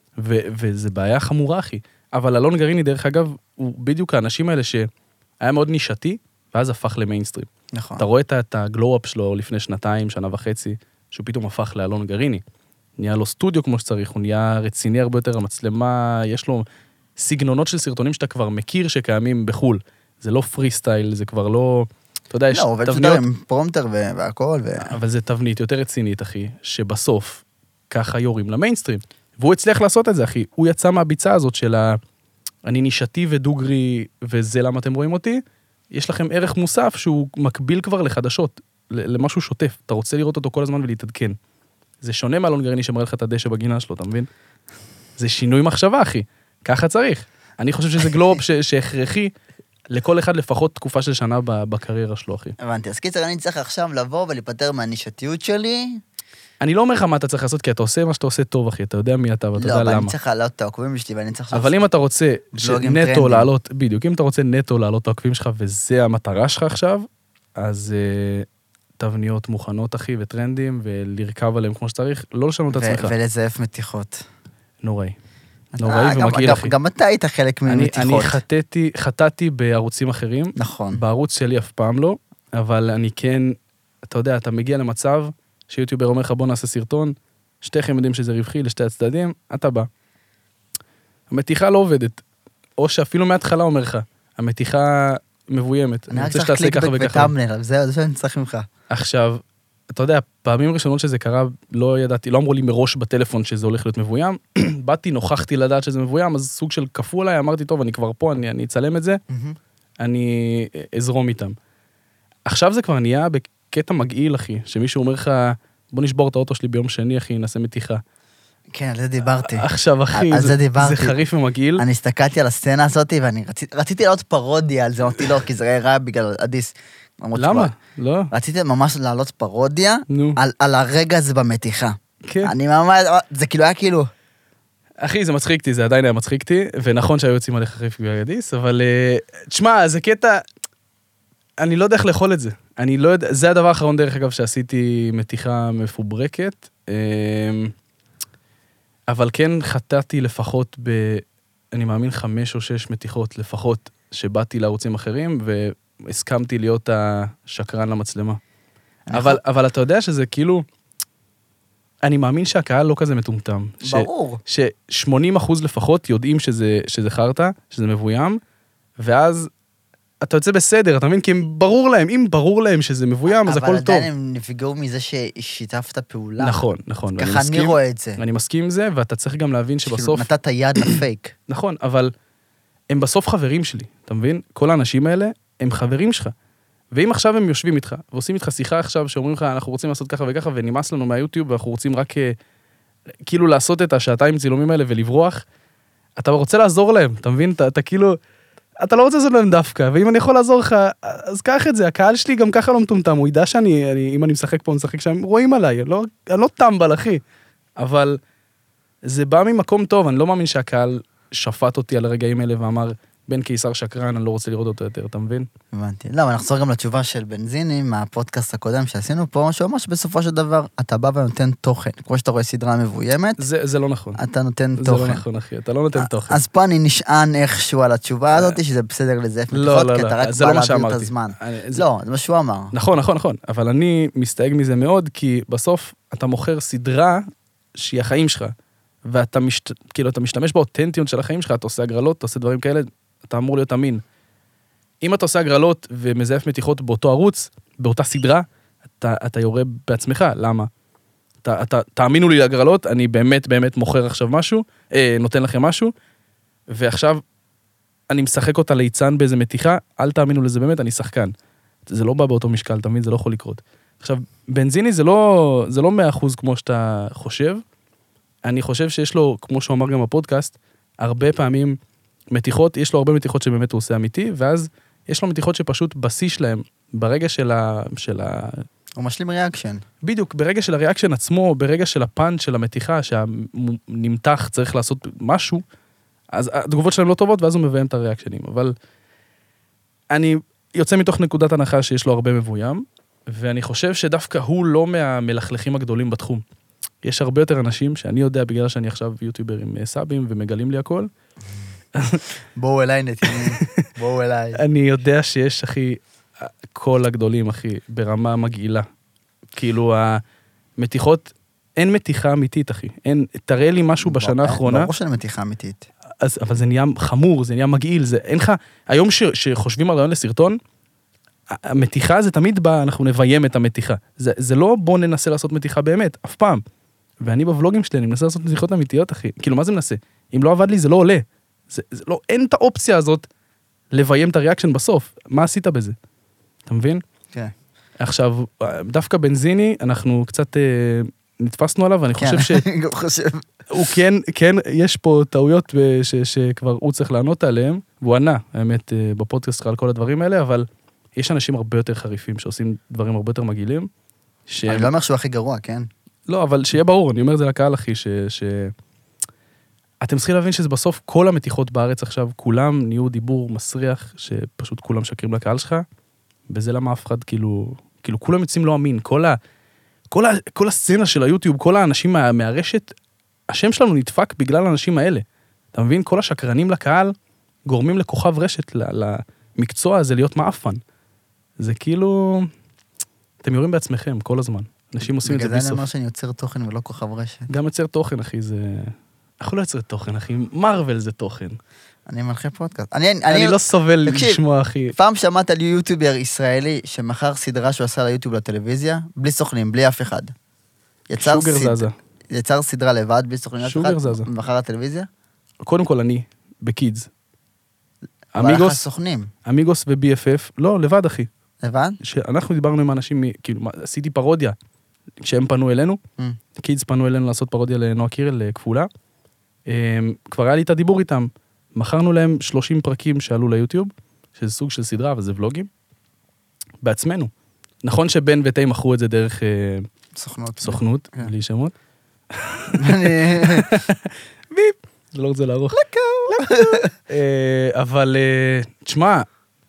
וזה בעיה חמורה, אחי. אבל אלון גריני, דרך אגב, הוא בדיוק האנשים האלה שהיה מאוד נישתי, ואז הפך למיינסטרים. נכון. אתה רואה את הגלו-אפ שלו לפני 2 שנה וחצי, שהוא פתאום הפך לאלון גריני. נהיה לו סטודיו כמו שצריך, הוא נהיה רציני הרבה יותר, המצלמה, יש לו סגנונות של סרטונים שאתה כבר מכיר שקיימים בחול. זה לא פרי סטייל, זה כבר לא... אתה יודע, יש תבניות... לא, עובד עם פרומטר והכל. אבל זה תבנית יותר רצינית, אחי, שבסוף ככה יורים למיינסטרים. והוא הצליח לעשות את זה, אחי. הוא יצא מהביצה הזאת של אני נישתי ודוגרי, וזה למה אתם רואים אותי. יש לכם ערך מוסף שהוא מקביל כבר לחדשות, למשהו שוטף. אתה רוצה לראות אותו כל הזמן ולהתעדכן. זה שונה מאלון גריני שמראה לך את הדשא בגינה שלו, אתה מבין? זה שינוי מחשבה, אחי. ככה צריך. אני חושב שזה גלוב שהכרחי לכל אחד לפחות תקופה של שנה בקריירה שלו, אחי. הבנתי, אז קיצר, אני צריך עכשיו לבוא ולהיפטר מהנישתיות שלי. אני לא אומר לך מה אתה צריך לעשות, כי אתה עושה מה שאתה עושה טוב, אחי, אתה יודע מי אתה ואתה יודע למה. לא, אבל אני צריך לעלות את העוקבים שלי, ואני צריך... אבל אם אתה רוצה נטו לעלות, בדיוק, אם אתה רוצה נטו לעלות את העוקבים שלך, וזה המטרה שלך עכשיו, אז תבניות מוכנות, אחי, וטרנדים, ולרכב עליהם כמו שצריך, לא לשנות את עצמך. ולזייף מתיחות. נוראי. נוראי ומגעיל, אחי. גם אתה היית חלק ממתיחות. אני חטאתי בערוצים אחרים. נכון. בערוץ שלי אף פעם לא, אבל אני כן, אתה יודע, אתה מגיע למצב שיוטיובר אומר לך, בוא נעשה סרטון, שתיכם יודעים שזה רווחי לשתי הצדדים, אתה בא. המתיחה לא עובדת. או שאפילו מההתחלה אומר לך, המתיחה מבוימת. אני רוצה שתעשה ככה וככה. זה שאני צריך ממך. עכשיו, אתה יודע, פעמים ראשונות שזה קרה, לא ידעתי, לא אמרו לי מראש בטלפון שזה הולך להיות מבוים, באתי, נוכחתי לדעת שזה מבוים, אז סוג של כפו עליי, אמרתי, טוב, אני כבר פה, אני אצלם את זה, אני אזרום איתם. עכשיו זה כבר נהיה בקטע מגעיל, אחי, שמישהו אומר לך, בוא נשבור את האוטו שלי ביום שני, אחי, נעשה מתיחה. כן, על זה דיברתי. עכשיו, אחי, זה חריף ומגעיל. אני הסתכלתי על הסצנה הזאת, ואני רציתי לעלות פרודיה על זה, אמרתי לא, כי זה רע בגלל אדיס. למה? לא. רציתי ממש לעלות פרודיה על הרגע הזה במתיחה. כן. אני ממש, זה כאילו היה כאילו... אחי, זה מצחיק אותי, זה עדיין היה מצחיק אותי, ונכון שהיו יוצאים עליך חריף בגלל אדיס, אבל תשמע, זה קטע... אני לא יודע איך לאכול את זה. אני לא יודע, זה הדבר האחרון דרך אגב שעשיתי מתיחה מפוברקת, אבל כן חטאתי לפחות אני מאמין 5 או 6 מתיחות לפחות, שבאתי לערוצים אחרים, הסכמתי להיות השקרן למצלמה. אבל אתה יודע שזה כאילו, אני מאמין שהקהל לא כזה מטומטם. ברור. ש80% לפחות יודעים שזה חרטה, שזה מבוים, ואז אתה יוצא בסדר, אתה מבין? כי אם ברור להם שזה מבוים, אז הכל טוב. אבל עדיין הם נפגעו מזה ששיתפת פעולה. נכון. ככה אני רואה את זה. אני מסכים עם זה, ואתה צריך גם להבין שבסוף... נתת יד לפייק. נכון, אבל הם בסוף חברים שלי, אתה מבין? כל האנשים האלה הם חברים שלך. ואם עכשיו הם יושבים איתך, ועושים איתך שיחה עכשיו, שאומרים לך, אנחנו רוצים לעשות ככה וככה, ונמאס לנו מהיוטיוב, ואנחנו רוצים רק כאילו לעשות את השעתיים צילומים האלה ולברוח, אתה רוצה לעזור להם, אתה מבין? אתה כאילו... אתה לא רוצה לעשות להם דווקא, ואם אני יכול לעזור לך, אז קח את זה, הקהל שלי גם ככה לא מטומטם, הוא ידע אם אני משחק פה, אני משחק שם, רואים עליי, אני לא טמבל, אחי. אבל זה בא ממקום טוב, אני לא מאמין שהקהל שפט אותי על הרגעים האלה ואמר, בן קיסר שקרן, אני לא רוצה לראות אותו יותר, אתה מבין? הבנתי. לא, אבל נחזור גם לתשובה של בנזיני, מהפודקאסט הקודם שעשינו פה, שאומר שבסופו של דבר, אתה בא ונותן תוכן. כמו שאתה רואה סדרה מבוימת, זה לא נכון. אתה נותן תוכן. זה לא נכון, אחי, אתה לא נותן תוכן. אז פה אני נשען איכשהו על התשובה הזאת, שזה בסדר לזייף מתיחות, כי אתה רק בא להעביר את הזמן. לא, זה מה שהוא אמר. נכון, אבל אני מסתייג מזה מאוד, כי בסוף אתה מוכר סדרה שהיא החיים שלך, ואתה כאילו, אתה משתמש באותנטיות של החיים שלך, אתה עושה הגרלות, אתה עושה דברים כאלה, אתה אמור להיות אמין. אם אתה עושה הגרלות ומזייף מתיחות באותו ערוץ, באותה סדרה, אתה יורה בעצמך. למה? תאמינו לי להגרלות, אני באמת מוכר עכשיו משהו, נותן לכם משהו, ועכשיו אני משחק אותה ליצן באיזה מתיחה, אל תאמינו לזה באמת, אני שחקן. זה לא בא באותו משקל, תמיד זה לא יכול לקרות. עכשיו, בנזיני זה לא 100% כמו שאתה חושב, אני חושב שיש לו, כמו שהוא אמר גם בפודקאסט, הרבה פעמים מתיחות, יש לו הרבה מתיחות שבאמת הוא עושה אמיתי, ואז יש לו מתיחות שפשוט בשיא שלהם, ברגע של הוא משלים ריאקשן. בדיוק, ברגע של הריאקשן עצמו, ברגע של הפאנץ' של המתיחה, שהנמתח צריך לעשות משהו, אז התגובות שלהם לא טובות, ואז הוא מביים את הריאקשנים. אבל אני יוצא מתוך נקודת הנחה שיש לו הרבה מבוים, ואני חושב שדווקא הוא לא מהמלכלכים הגדולים בתחום. יש הרבה יותר אנשים שאני יודע, בגלל שאני עכשיו יוטיובר עם סאבים ומגלים לי הכל. בואו אליי נתינים, בואו אליי. אני יודע שיש, אחי, כל הגדולים, אחי, ברמה מגעילה. כאילו, המתיחות, אין מתיחה אמיתית, אחי. תראה לי משהו בשנה האחרונה. ברור שאין מתיחה אמיתית. אבל זה נהיה חמור, זה נהיה מגעיל, זה אין לך, היום שחושבים על רעיון לסרטון, המתיחה זה תמיד בא, אנחנו נביים את המתיחה. זה לא בוא ננסה לעשות מתיחה באמת, אף פעם. ואני בוולוגים שלי, אני מנסה לעשות מתיחות אמיתיות, אחי. כאילו, מה זה מנסה? אם לא עבד לי, זה לא עולה. זה לא, אין את האופציה הזאת לביים את הריאקשן בסוף. מה עשית בזה? אתה מבין? כן. עכשיו, דווקא בנזיני, אנחנו קצת נתפסנו עליו, ואני חושב ש... אני גם חושב. הוא כן, יש פה טעויות שכבר הוא צריך לענות עליהן, והוא ענה, האמת, בפודקאסט על כל הדברים האלה, אבל יש אנשים הרבה יותר חריפים, שעושים דברים הרבה יותר מגעילים. אני לא אומר שהוא הכי גרוע, כן? לא, אבל שיהיה ברור, אני אומר את זה לקהל, אחי, אתם צריכים להבין שזה בסוף כל המתיחות בארץ עכשיו, כולם נהיו דיבור מסריח, שפשוט כולם שקרים לקהל שלך, וזה למה אף אחד כאילו כולם יוצאים לא אמין, כל הסצנה של היוטיוב, כל האנשים מהרשת, השם שלנו נדפק בגלל האנשים האלה. אתה מבין? כל השקרנים לקהל גורמים לכוכב רשת, למקצוע הזה להיות מאפן. זה כאילו, אתם יורים בעצמכם כל הזמן. אנשים עושים את זה בסוף. בגלל זה אני אומר שאני יוצר תוכן ולא כוכב רשת. גם יוצר תוכן, אחי, זה... אנחנו לא יוצר תוכן, אחי. מרוול זה תוכן. אני מלכה פודקאסט. אני לא סובל לשמוע, אחי. פעם שמעת על יוטיובר ישראלי שמחר סדרה שהוא עשה ליוטיוב לטלוויזיה, בלי סוכנים, בלי אף אחד. שוגר זזה. יצר סדרה לבד, בלי סוכנים אף אחד. שוגר זזה. מחר לטלוויזיה? קודם כל אני, בקידס. אמיגוס? סוכנים. אמיגוס ו-BFF, לא, לבד, אחי. לבד? שאנחנו דיברנו עם אנשים, כאילו, עשיתי פרודיה, כשהם פנו אלינו, קידס פנו אלינו לעשות פרודיה לנועה קירל, לכפולה. כבר היה לי את הדיבור איתם. מכרנו להם 30 פרקים שעלו ליוטיוב, שזה סוג של סדרה, וזה ולוגים, בעצמנו. נכון שבן ותי מכרו את זה דרך סוכנות, בלי שמות. ביפ, זה לא רוצה לערוך. אבל, תשמע,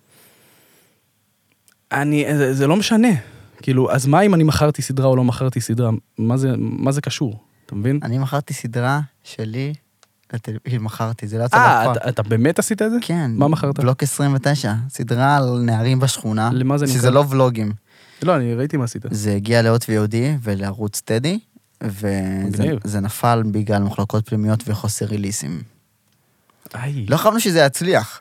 זה לא משנה. כאילו, אז מה אם אני מכרתי סדרה או לא מכרתי סדרה? מה זה קשור? אתה מבין? אני מכרתי סדרה שלי מכרתי, זה לא יצא בפועל. אתה באמת עשית את זה? כן. מה מכרת? בלוק 29, סדרה על נערים בשכונה. למה זה נקרא? שזה לא ולוגים. לא, אני ראיתי מה עשית. זה הגיע לאות ויהודי ולערוץ טדי, וזה נפל בגלל מחלוקות פנימיות וחוסר ריליסים. לא חשבנו שזה יצליח.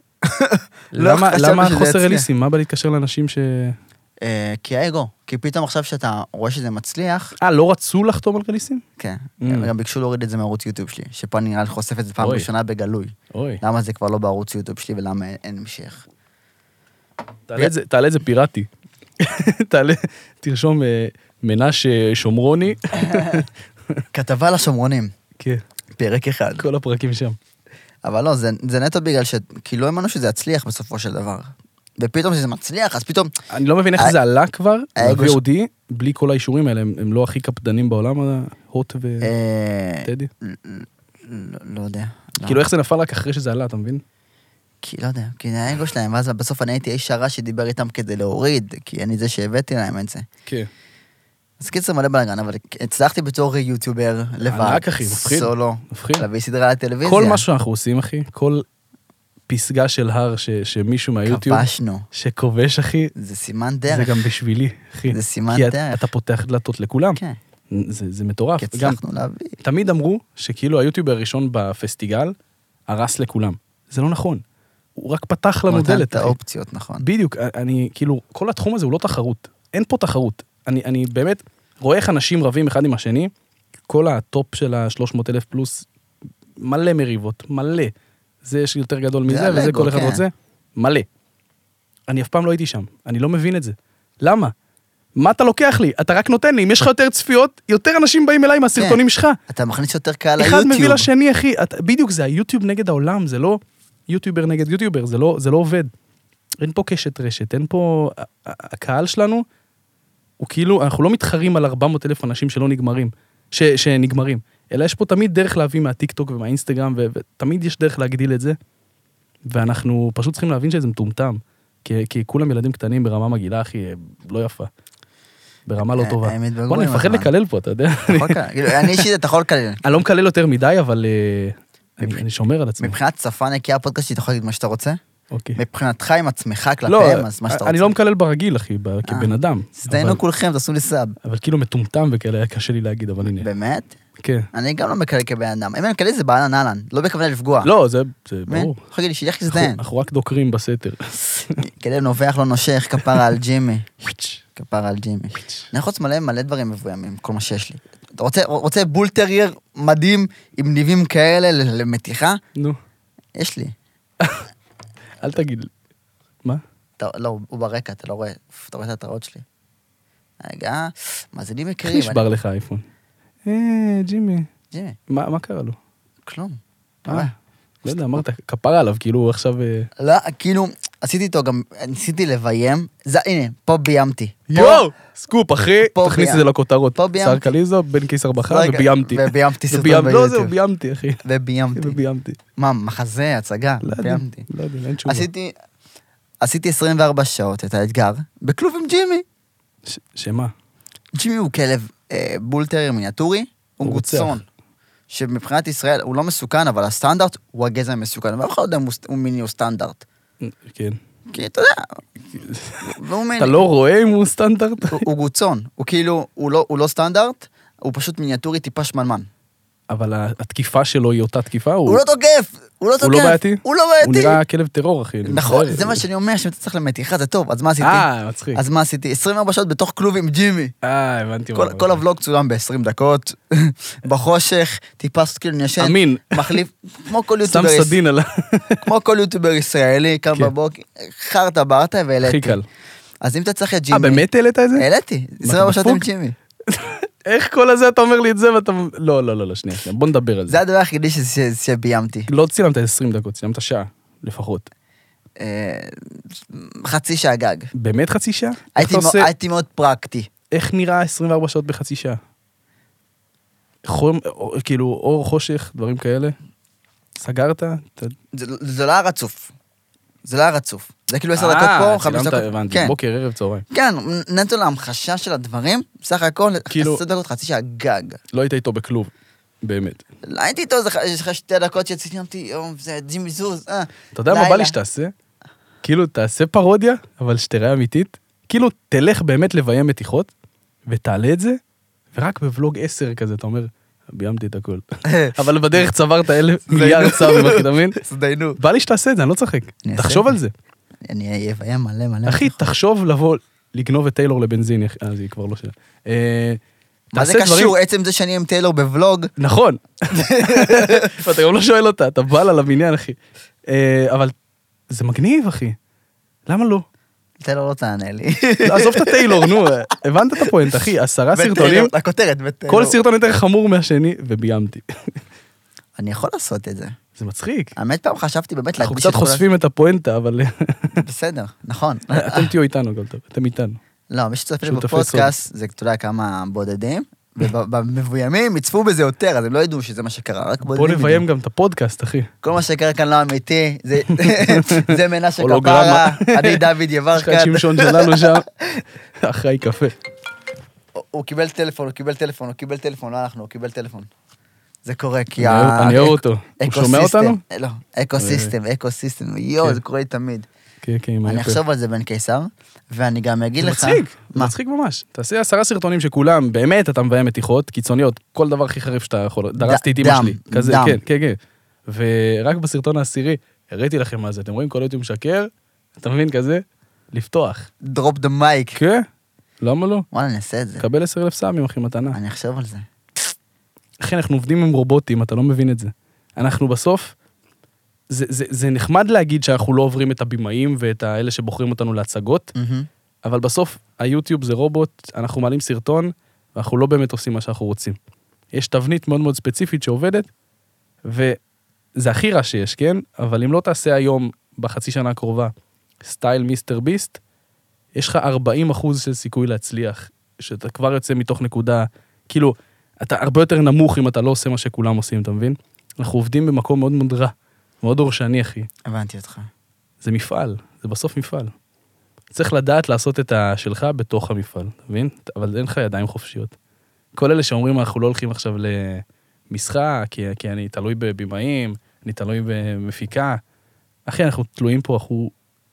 למה חוסר ריליסים? מה בא להתקשר לאנשים ש... כי האגו. כי פתאום עכשיו שאתה רואה שזה מצליח... לא רצו לחתום על ריליסים? כן. גם ביקשו להוריד את זה מערוץ יוטיוב שלי, שפה נראה לי חושף את זה פעם ראשונה בגלוי. למה זה כבר לא בערוץ יוטיוב שלי ולמה אין המשך. תעלה את זה פיראטי. תרשום מנש שומרוני. כתבה לשומרונים. כן. פרק אחד. כל הפרקים שם. אבל לא, זה נטו בגלל כי לא האמנו שזה יצליח בסופו של דבר. ופתאום שזה מצליח, אז פתאום... אני לא מבין איך זה עלה כבר, ל-VOD, בלי כל האישורים האלה, הם לא הכי קפדנים בעולם, הוט וטדי? לא יודע. כאילו איך זה נפל רק אחרי שזה עלה, אתה מבין? כי לא יודע, כי זה האגו שלהם, ואז בסוף אני הייתי איש הרע שדיבר איתם כדי להוריד, כי אני זה שהבאתי להם את זה. כן. אז קיצר מלא בלגן, אבל הצלחתי בתור יוטיובר לבד, ענק אחי, מפחיד. סולו, להביא סדרה לטלוויזיה. כל מה שאנחנו עושים אחי, כל פסגה של הר שמישהו מהיוטיוב, כבשנו. שכובש אחי, זה סימן דרך. זה גם בשבילי אחי. זה סימן כי דרך. אתה פותח דלתות לכולם. כן. זה מטורף. כי הצלחנו להביא. תמיד אמרו שכאילו היוטיובר הראשון בפסטיגל, הרס לכולם. זה לא נכון. הוא רק פתח לנו דלת. נותן את האופציות, נכון. בדיוק, אני כאילו, כל התחום הזה הוא לא תחרות. אין פה תחרות. אני באמת רואה איך אנשים רבים אחד עם השני, כל הטופ של ה-300,000 פלוס, מלא מריבות, מלא. זה יש יותר גדול מזה, וזה כל אחד רוצה. מלא. אני אף פעם לא הייתי שם. אני לא מבין את זה. למה? מה אתה לוקח לי? אתה רק נותן לי. אם יש לך יותר צפיות, יותר אנשים באים אליי מהסרטונים שלך. אתה מכניס יותר קהל ליוטיוב. אחד מביא לשני, אחי. בדיוק, זה היוטיוב נגד העולם, זה לא יוטיובר נגד יוטיובר, זה לא עובד. אין פה קשת רשת, אין פה... הקהל שלנו, הוא כאילו, אנחנו לא מתחרים על 400,000 אנשים שלא נגמרים, שנגמרים. אלא יש פה תמיד דרך להביא מהטיקטוק ומהאינסטגרם, ותמיד יש דרך להגדיל את זה. ואנחנו פשוט צריכים להבין שזה מטומטם. כי כולם ילדים קטנים ברמה מגעילה, אחי, לא יפה. ברמה לא טובה. בוא, אני מפחד לקלל פה, אתה יודע. אני אישית, אתה יכול לקלל. אני לא מקלל יותר מדי, אבל אני שומר על עצמי. מבחינת שפה נקייה הפודקאסט, אתה יכול להגיד מה שאתה רוצה? אוקיי. מבחינתך עם עצמך כלפיהם, אז מה שאתה רוצה. אני לא מקלל ברגיל, אחי, כבן אדם. סדיינו כולכם, תעשו לי סאב. אבל כאילו מטומטם וכאלה, היה קשה לי להגיד, אבל הנה. באמת? כן. אני גם לא מקלל כבן אדם. אם אני מקלל זה בעלן אהלן, לא בכוונה לפגוע. לא, זה ברור. חגידי, שילך להזדיין. אנחנו רק דוקרים בסתר. כדי נובח לא נושך, כפרה על ג'ימי. כפרה על ג'ימי. אני יכול מלא דברים מבוימים, כל מה שיש לי. אתה רוצה בול טרייר מדהים עם ניבים כאלה למתיחה? נו. יש לי. אל תגיד. מה? לא, הוא ברקע, אתה לא רואה. אתה רואה את ההתראות שלי. רגע, מה זה לי מקרים? איך נשבר לך אייפון? ג'ימי. ג'ימי. מה קרה לו? כלום. לא יודע, אמרת, כפרה עליו, כאילו עכשיו... לא, כאילו, עשיתי איתו גם, ניסיתי לביים, הנה, פה ביימתי. יואו! סקופ, אחי, תכניס את זה לכותרות. שר קליזו, בן קיסר בחר, וביימתי. וביימתי סרטון ביוטיוב. לא, זהו, ביימתי, אחי. וביימתי. מה, מחזה, הצגה? ביימתי. לא יודע, אין תשובה. עשיתי 24 שעות את האתגר, בכלוב עם ג'ימי. שמה? ג'ימי הוא כלב בולטר מיניאטורי, הוא גוצון. שמבחינת ישראל הוא לא מסוכן, אבל הסטנדרט הוא הגזע המסוכן. אבל לא יודע אם הוא מיני או סטנדרט. כן. כי אתה יודע. אתה לא רואה אם הוא סטנדרט? הוא גוצון. הוא כאילו, הוא לא סטנדרט, הוא פשוט מיניאטורי טיפה שמנמן. אבל התקיפה שלו היא אותה תקיפה? הוא לא תוקף! הוא לא בעייתי? הוא לא בעייתי! הוא נראה כלב טרור, אחי. נכון, זה מה שאני אומר, שאתה צריך למתיחה, זה טוב. אז מה עשיתי? מצחיק. אז מה עשיתי? 24 שעות בתוך כלוב עם ג'ימי. הבנתי. כל הוולוג צולם ב-20 דקות, בחושך, טיפס כאילו נשן. אמין. מחליף, כמו כל שם סדין עליו. כמו כל יוטיובר ישראלי, קם בבוקר, חרת ברטה והעליתי. הכי קל. אז אם אתה צריך את ג'ימי... באמת העלית את זה? העליתי, 24 שעות עם ג'ימי. איך כל הזה אתה אומר לי את זה ואתה... לא, שנייה, בוא נדבר על זה. זה הדבר היחידי שביימתי. לא צילמת 20 דקות, צילמת שעה, לפחות. חצי שעה גג. באמת חצי שעה? הייתי מאוד פרקטי. איך נראה 24 שעות בחצי שעה? כאילו, אור, חושך, דברים כאלה? סגרת? זה לא היה רצוף. זה לא היה רצוף. זה כאילו 10 דקות פה, 5 דקות. הבנתי, בוקר, ערב, צהריים. כן, נטו להמחשה של הדברים, בסך הכל 10 דקות, חצי שעה גג. לא היית איתו בכלוב. באמת. לא הייתי איתו, יש לך 2 דקות שצילמתי, זה ג'ימי זוז, אתה יודע מה בא לי שתעשה? כאילו, תעשה פרודיה, אבל שתראה אמיתית. כאילו, תלך באמת לביים מתיחות, ותעלה את זה, ורק בוולוג 10 כזה, אתה אומר, ביימתי את הכל. אבל בדרך צברת 1,000 מיליארד סאבים, אחי, אתה מבין? סדיינו. בא לי שתעשה את זה, אני לא צחק. תחשוב על זה. אני אביים מלא. אחי, תחשוב לבוא, לגנוב את טיילור לבנזין, אז היא כבר לא שלה. מה זה קשור? עצם זה שאני עם טיילור בוולוג. נכון. ואתה גם לא שואל אותה, אתה בא לה לבניין, אחי. אבל זה מגניב, אחי. למה לא? טיילור לא תענה לי. עזוב את הטיילור, נו. הבנת את הפואנט, אחי. 10 סרטונים. הכותרת, כל סרטון יותר חמור מהשני, וביימתי. אני יכול לעשות את זה. זה מצחיק. האמת פעם חשבתי באמת אנחנו קצת חושפים את הפואנטה, אבל... בסדר, נכון. אתם תהיו איתנו, גם טוב. אתם איתנו. לא, מי שצופה בפודקאסט, זה אתה יודע כמה בודדים, ובמבוימים יצפו בזה יותר, אז הם לא ידעו שזה מה שקרה, רק בודדים. בוא נביים גם את הפודקאסט, אחי. כל מה שקרה כאן לא אמיתי, זה מנשה כפרה, אני דוד יברקן. יש לך שמשון שלנו שם, אחרי קפה. הוא קיבל טלפון, לא אנחנו, הוא קיבל טלפון. זה קורה, כי אני אוהב אותו. הוא שומע אותנו? לא, אקוסיסטם, יואו, זה קורה לי תמיד. אני אחשוב על זה בן קיסר, ואני גם אגיד לך... זה מצחיק ממש. תעשה 10 סרטונים שכולם, באמת אתה מביים מתיחות, קיצוניות, כל דבר הכי חריף שאתה יכול, דרסתי את אמא שלי. כזה, כן. ורק בסרטון העשירי, הראיתי לכם מה זה, אתם רואים כל יוטיוב משקר, אתה מבין כזה? לפתוח. דרופ דה מייק. כן, למה לא? וואלה, נעשה את זה. קבל 10,000 סאמים, אחי, מתנה. אני אחשוב על זה. אחי, אנחנו עובדים עם רובוטים, אתה לא מבין את זה. אנחנו בסוף, זה נחמד להגיד שאנחנו לא עוברים את הבימאים ואת האלה שבוחרים אותנו להצגות, אבל בסוף היוטיוב זה רובוט, אנחנו מעלים סרטון, ואנחנו לא באמת עושים מה שאנחנו רוצים. יש תבנית מאוד מאוד ספציפית שעובדת, וזה הכי רע שיש, כן? אבל אם לא תעשה היום, בחצי שנה הקרובה, סטייל מיסטר ביסט, יש לך 40% של סיכוי להצליח, שאתה כבר יוצא מתוך נקודה, כאילו, אתה הרבה יותר נמוך אם אתה לא עושה מה שכולם עושים, אתה מבין? אנחנו עובדים במקום מאוד מאוד רע, מאוד דורשני, אחי. הבנתי אותך. זה מפעל, זה בסוף מפעל. צריך לדעת לעשות את השלך בתוך המפעל, אתה מבין? אבל אין לך ידיים חופשיות. כל אלה שאומרים, אנחנו לא הולכים עכשיו למשחק, כי אני תלוי בבימאים, אני תלוי במפיקה. אחי, אנחנו תלויים פה, אנחנו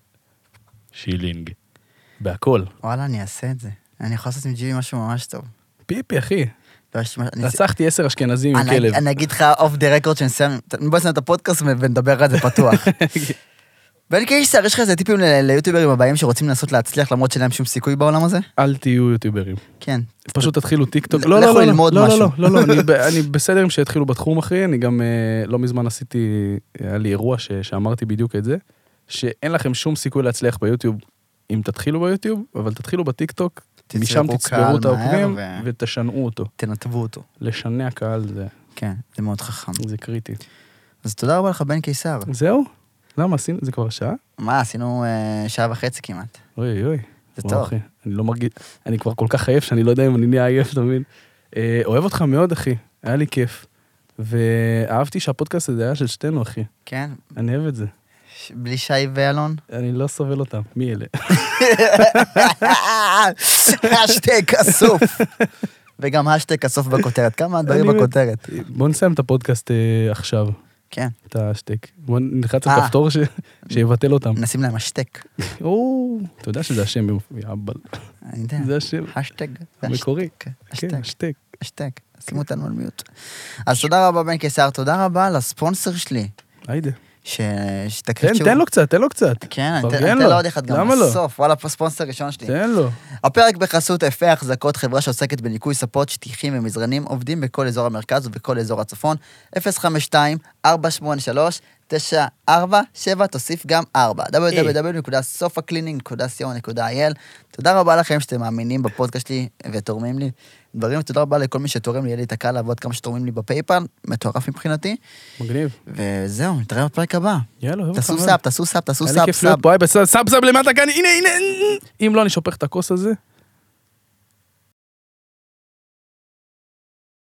שילינג. בהכל. וואלה, אני אעשה את זה. אני יכול לעשות עם ג'יבי משהו ממש טוב. פיפי, אחי. רצחתי 10 אשכנזים עם כלב. אני אגיד לך אוף דה רקורד שנסיים, בוא נסיים את הפודקאסט ונדבר על זה פתוח. בן קיסר, יש לך איזה טיפים ליוטיוברים הבאים שרוצים לנסות להצליח למרות שאין להם שום סיכוי בעולם הזה? אל תהיו יוטיוברים. כן. פשוט תתחילו טיק טוק. לכו ללמוד משהו. לא, אני בסדר עם שהתחילו בתחום, אחי, אני גם לא מזמן היה לי אירוע שאמרתי בדיוק את זה, שאין לכם שום סיכוי להצליח ביוטיוב אם תתחילו ביוטיוב, אבל תתחילו בטיק טוק, משם תצברו את העוקבים ותשנעו אותו. תנתבו אותו. לשנע קהל זה... כן, זה מאוד חכם. זה קריטי. אז תודה רבה לך בן קיסר. זהו? למה עשינו? זה כבר שעה? מה, עשינו 1.5 שעה כמעט. אוי. זה טוב. אחי, אני לא מרגיש, אני כבר כל כך עייף שאני לא יודע אם אני נהיה עייף, אתה מבין? אוהב אותך מאוד, אחי. היה לי כיף. ואהבתי שהפודקאסט הזה היה של שתינו, אחי. כן. אני אוהב את זה. בלי שי ואלון? אני לא סובל אותם. מי אלה? השטג אסוף. וגם השטג אסוף בכותרת. כמה דברים בכותרת. בוא נסיים את הפודקאסט עכשיו. כן. את השטג. בוא נלחץ על כפתור שיבטל אותם. נשים להם השטג. אתה יודע שזה השם. אני יודע. זה השם. השטג. המקורי. כן, השטג. השטג. שימו אותנו על מיוט. אז תודה רבה בן קיסר. תודה רבה לספונסר שלי. היידה. שתקריצ'ו. תן לו קצת. כן, אני אתן לו עוד אחד גם בסוף. וואלה, ספונסר ראשון שלי. תן לו. הפרק בחסות אפי החזקות, חברה שעוסקת בניקוי ספות, שטיחים ומזרנים, עובדים בכל אזור המרכז ובכל אזור הצפון. 052-483-947, תוסיף גם 4. www.sofacleaning.co.il. תודה רבה לכם שאתם מאמינים בפודקאסט שלי ותורמים לי דברים, תודה רבה לכל מי שתורם לי, יהיה לי את הקל לעבוד כמה שתורמים לי בפייפל, מטורף מבחינתי. מגניב. וזהו, נתראה בפרק הבא. יאללה, תעשו סאב. היה לי כיף להיות פה, סאב למטה כאן, הנה. אם לא, אני שופך את הכוס הזה.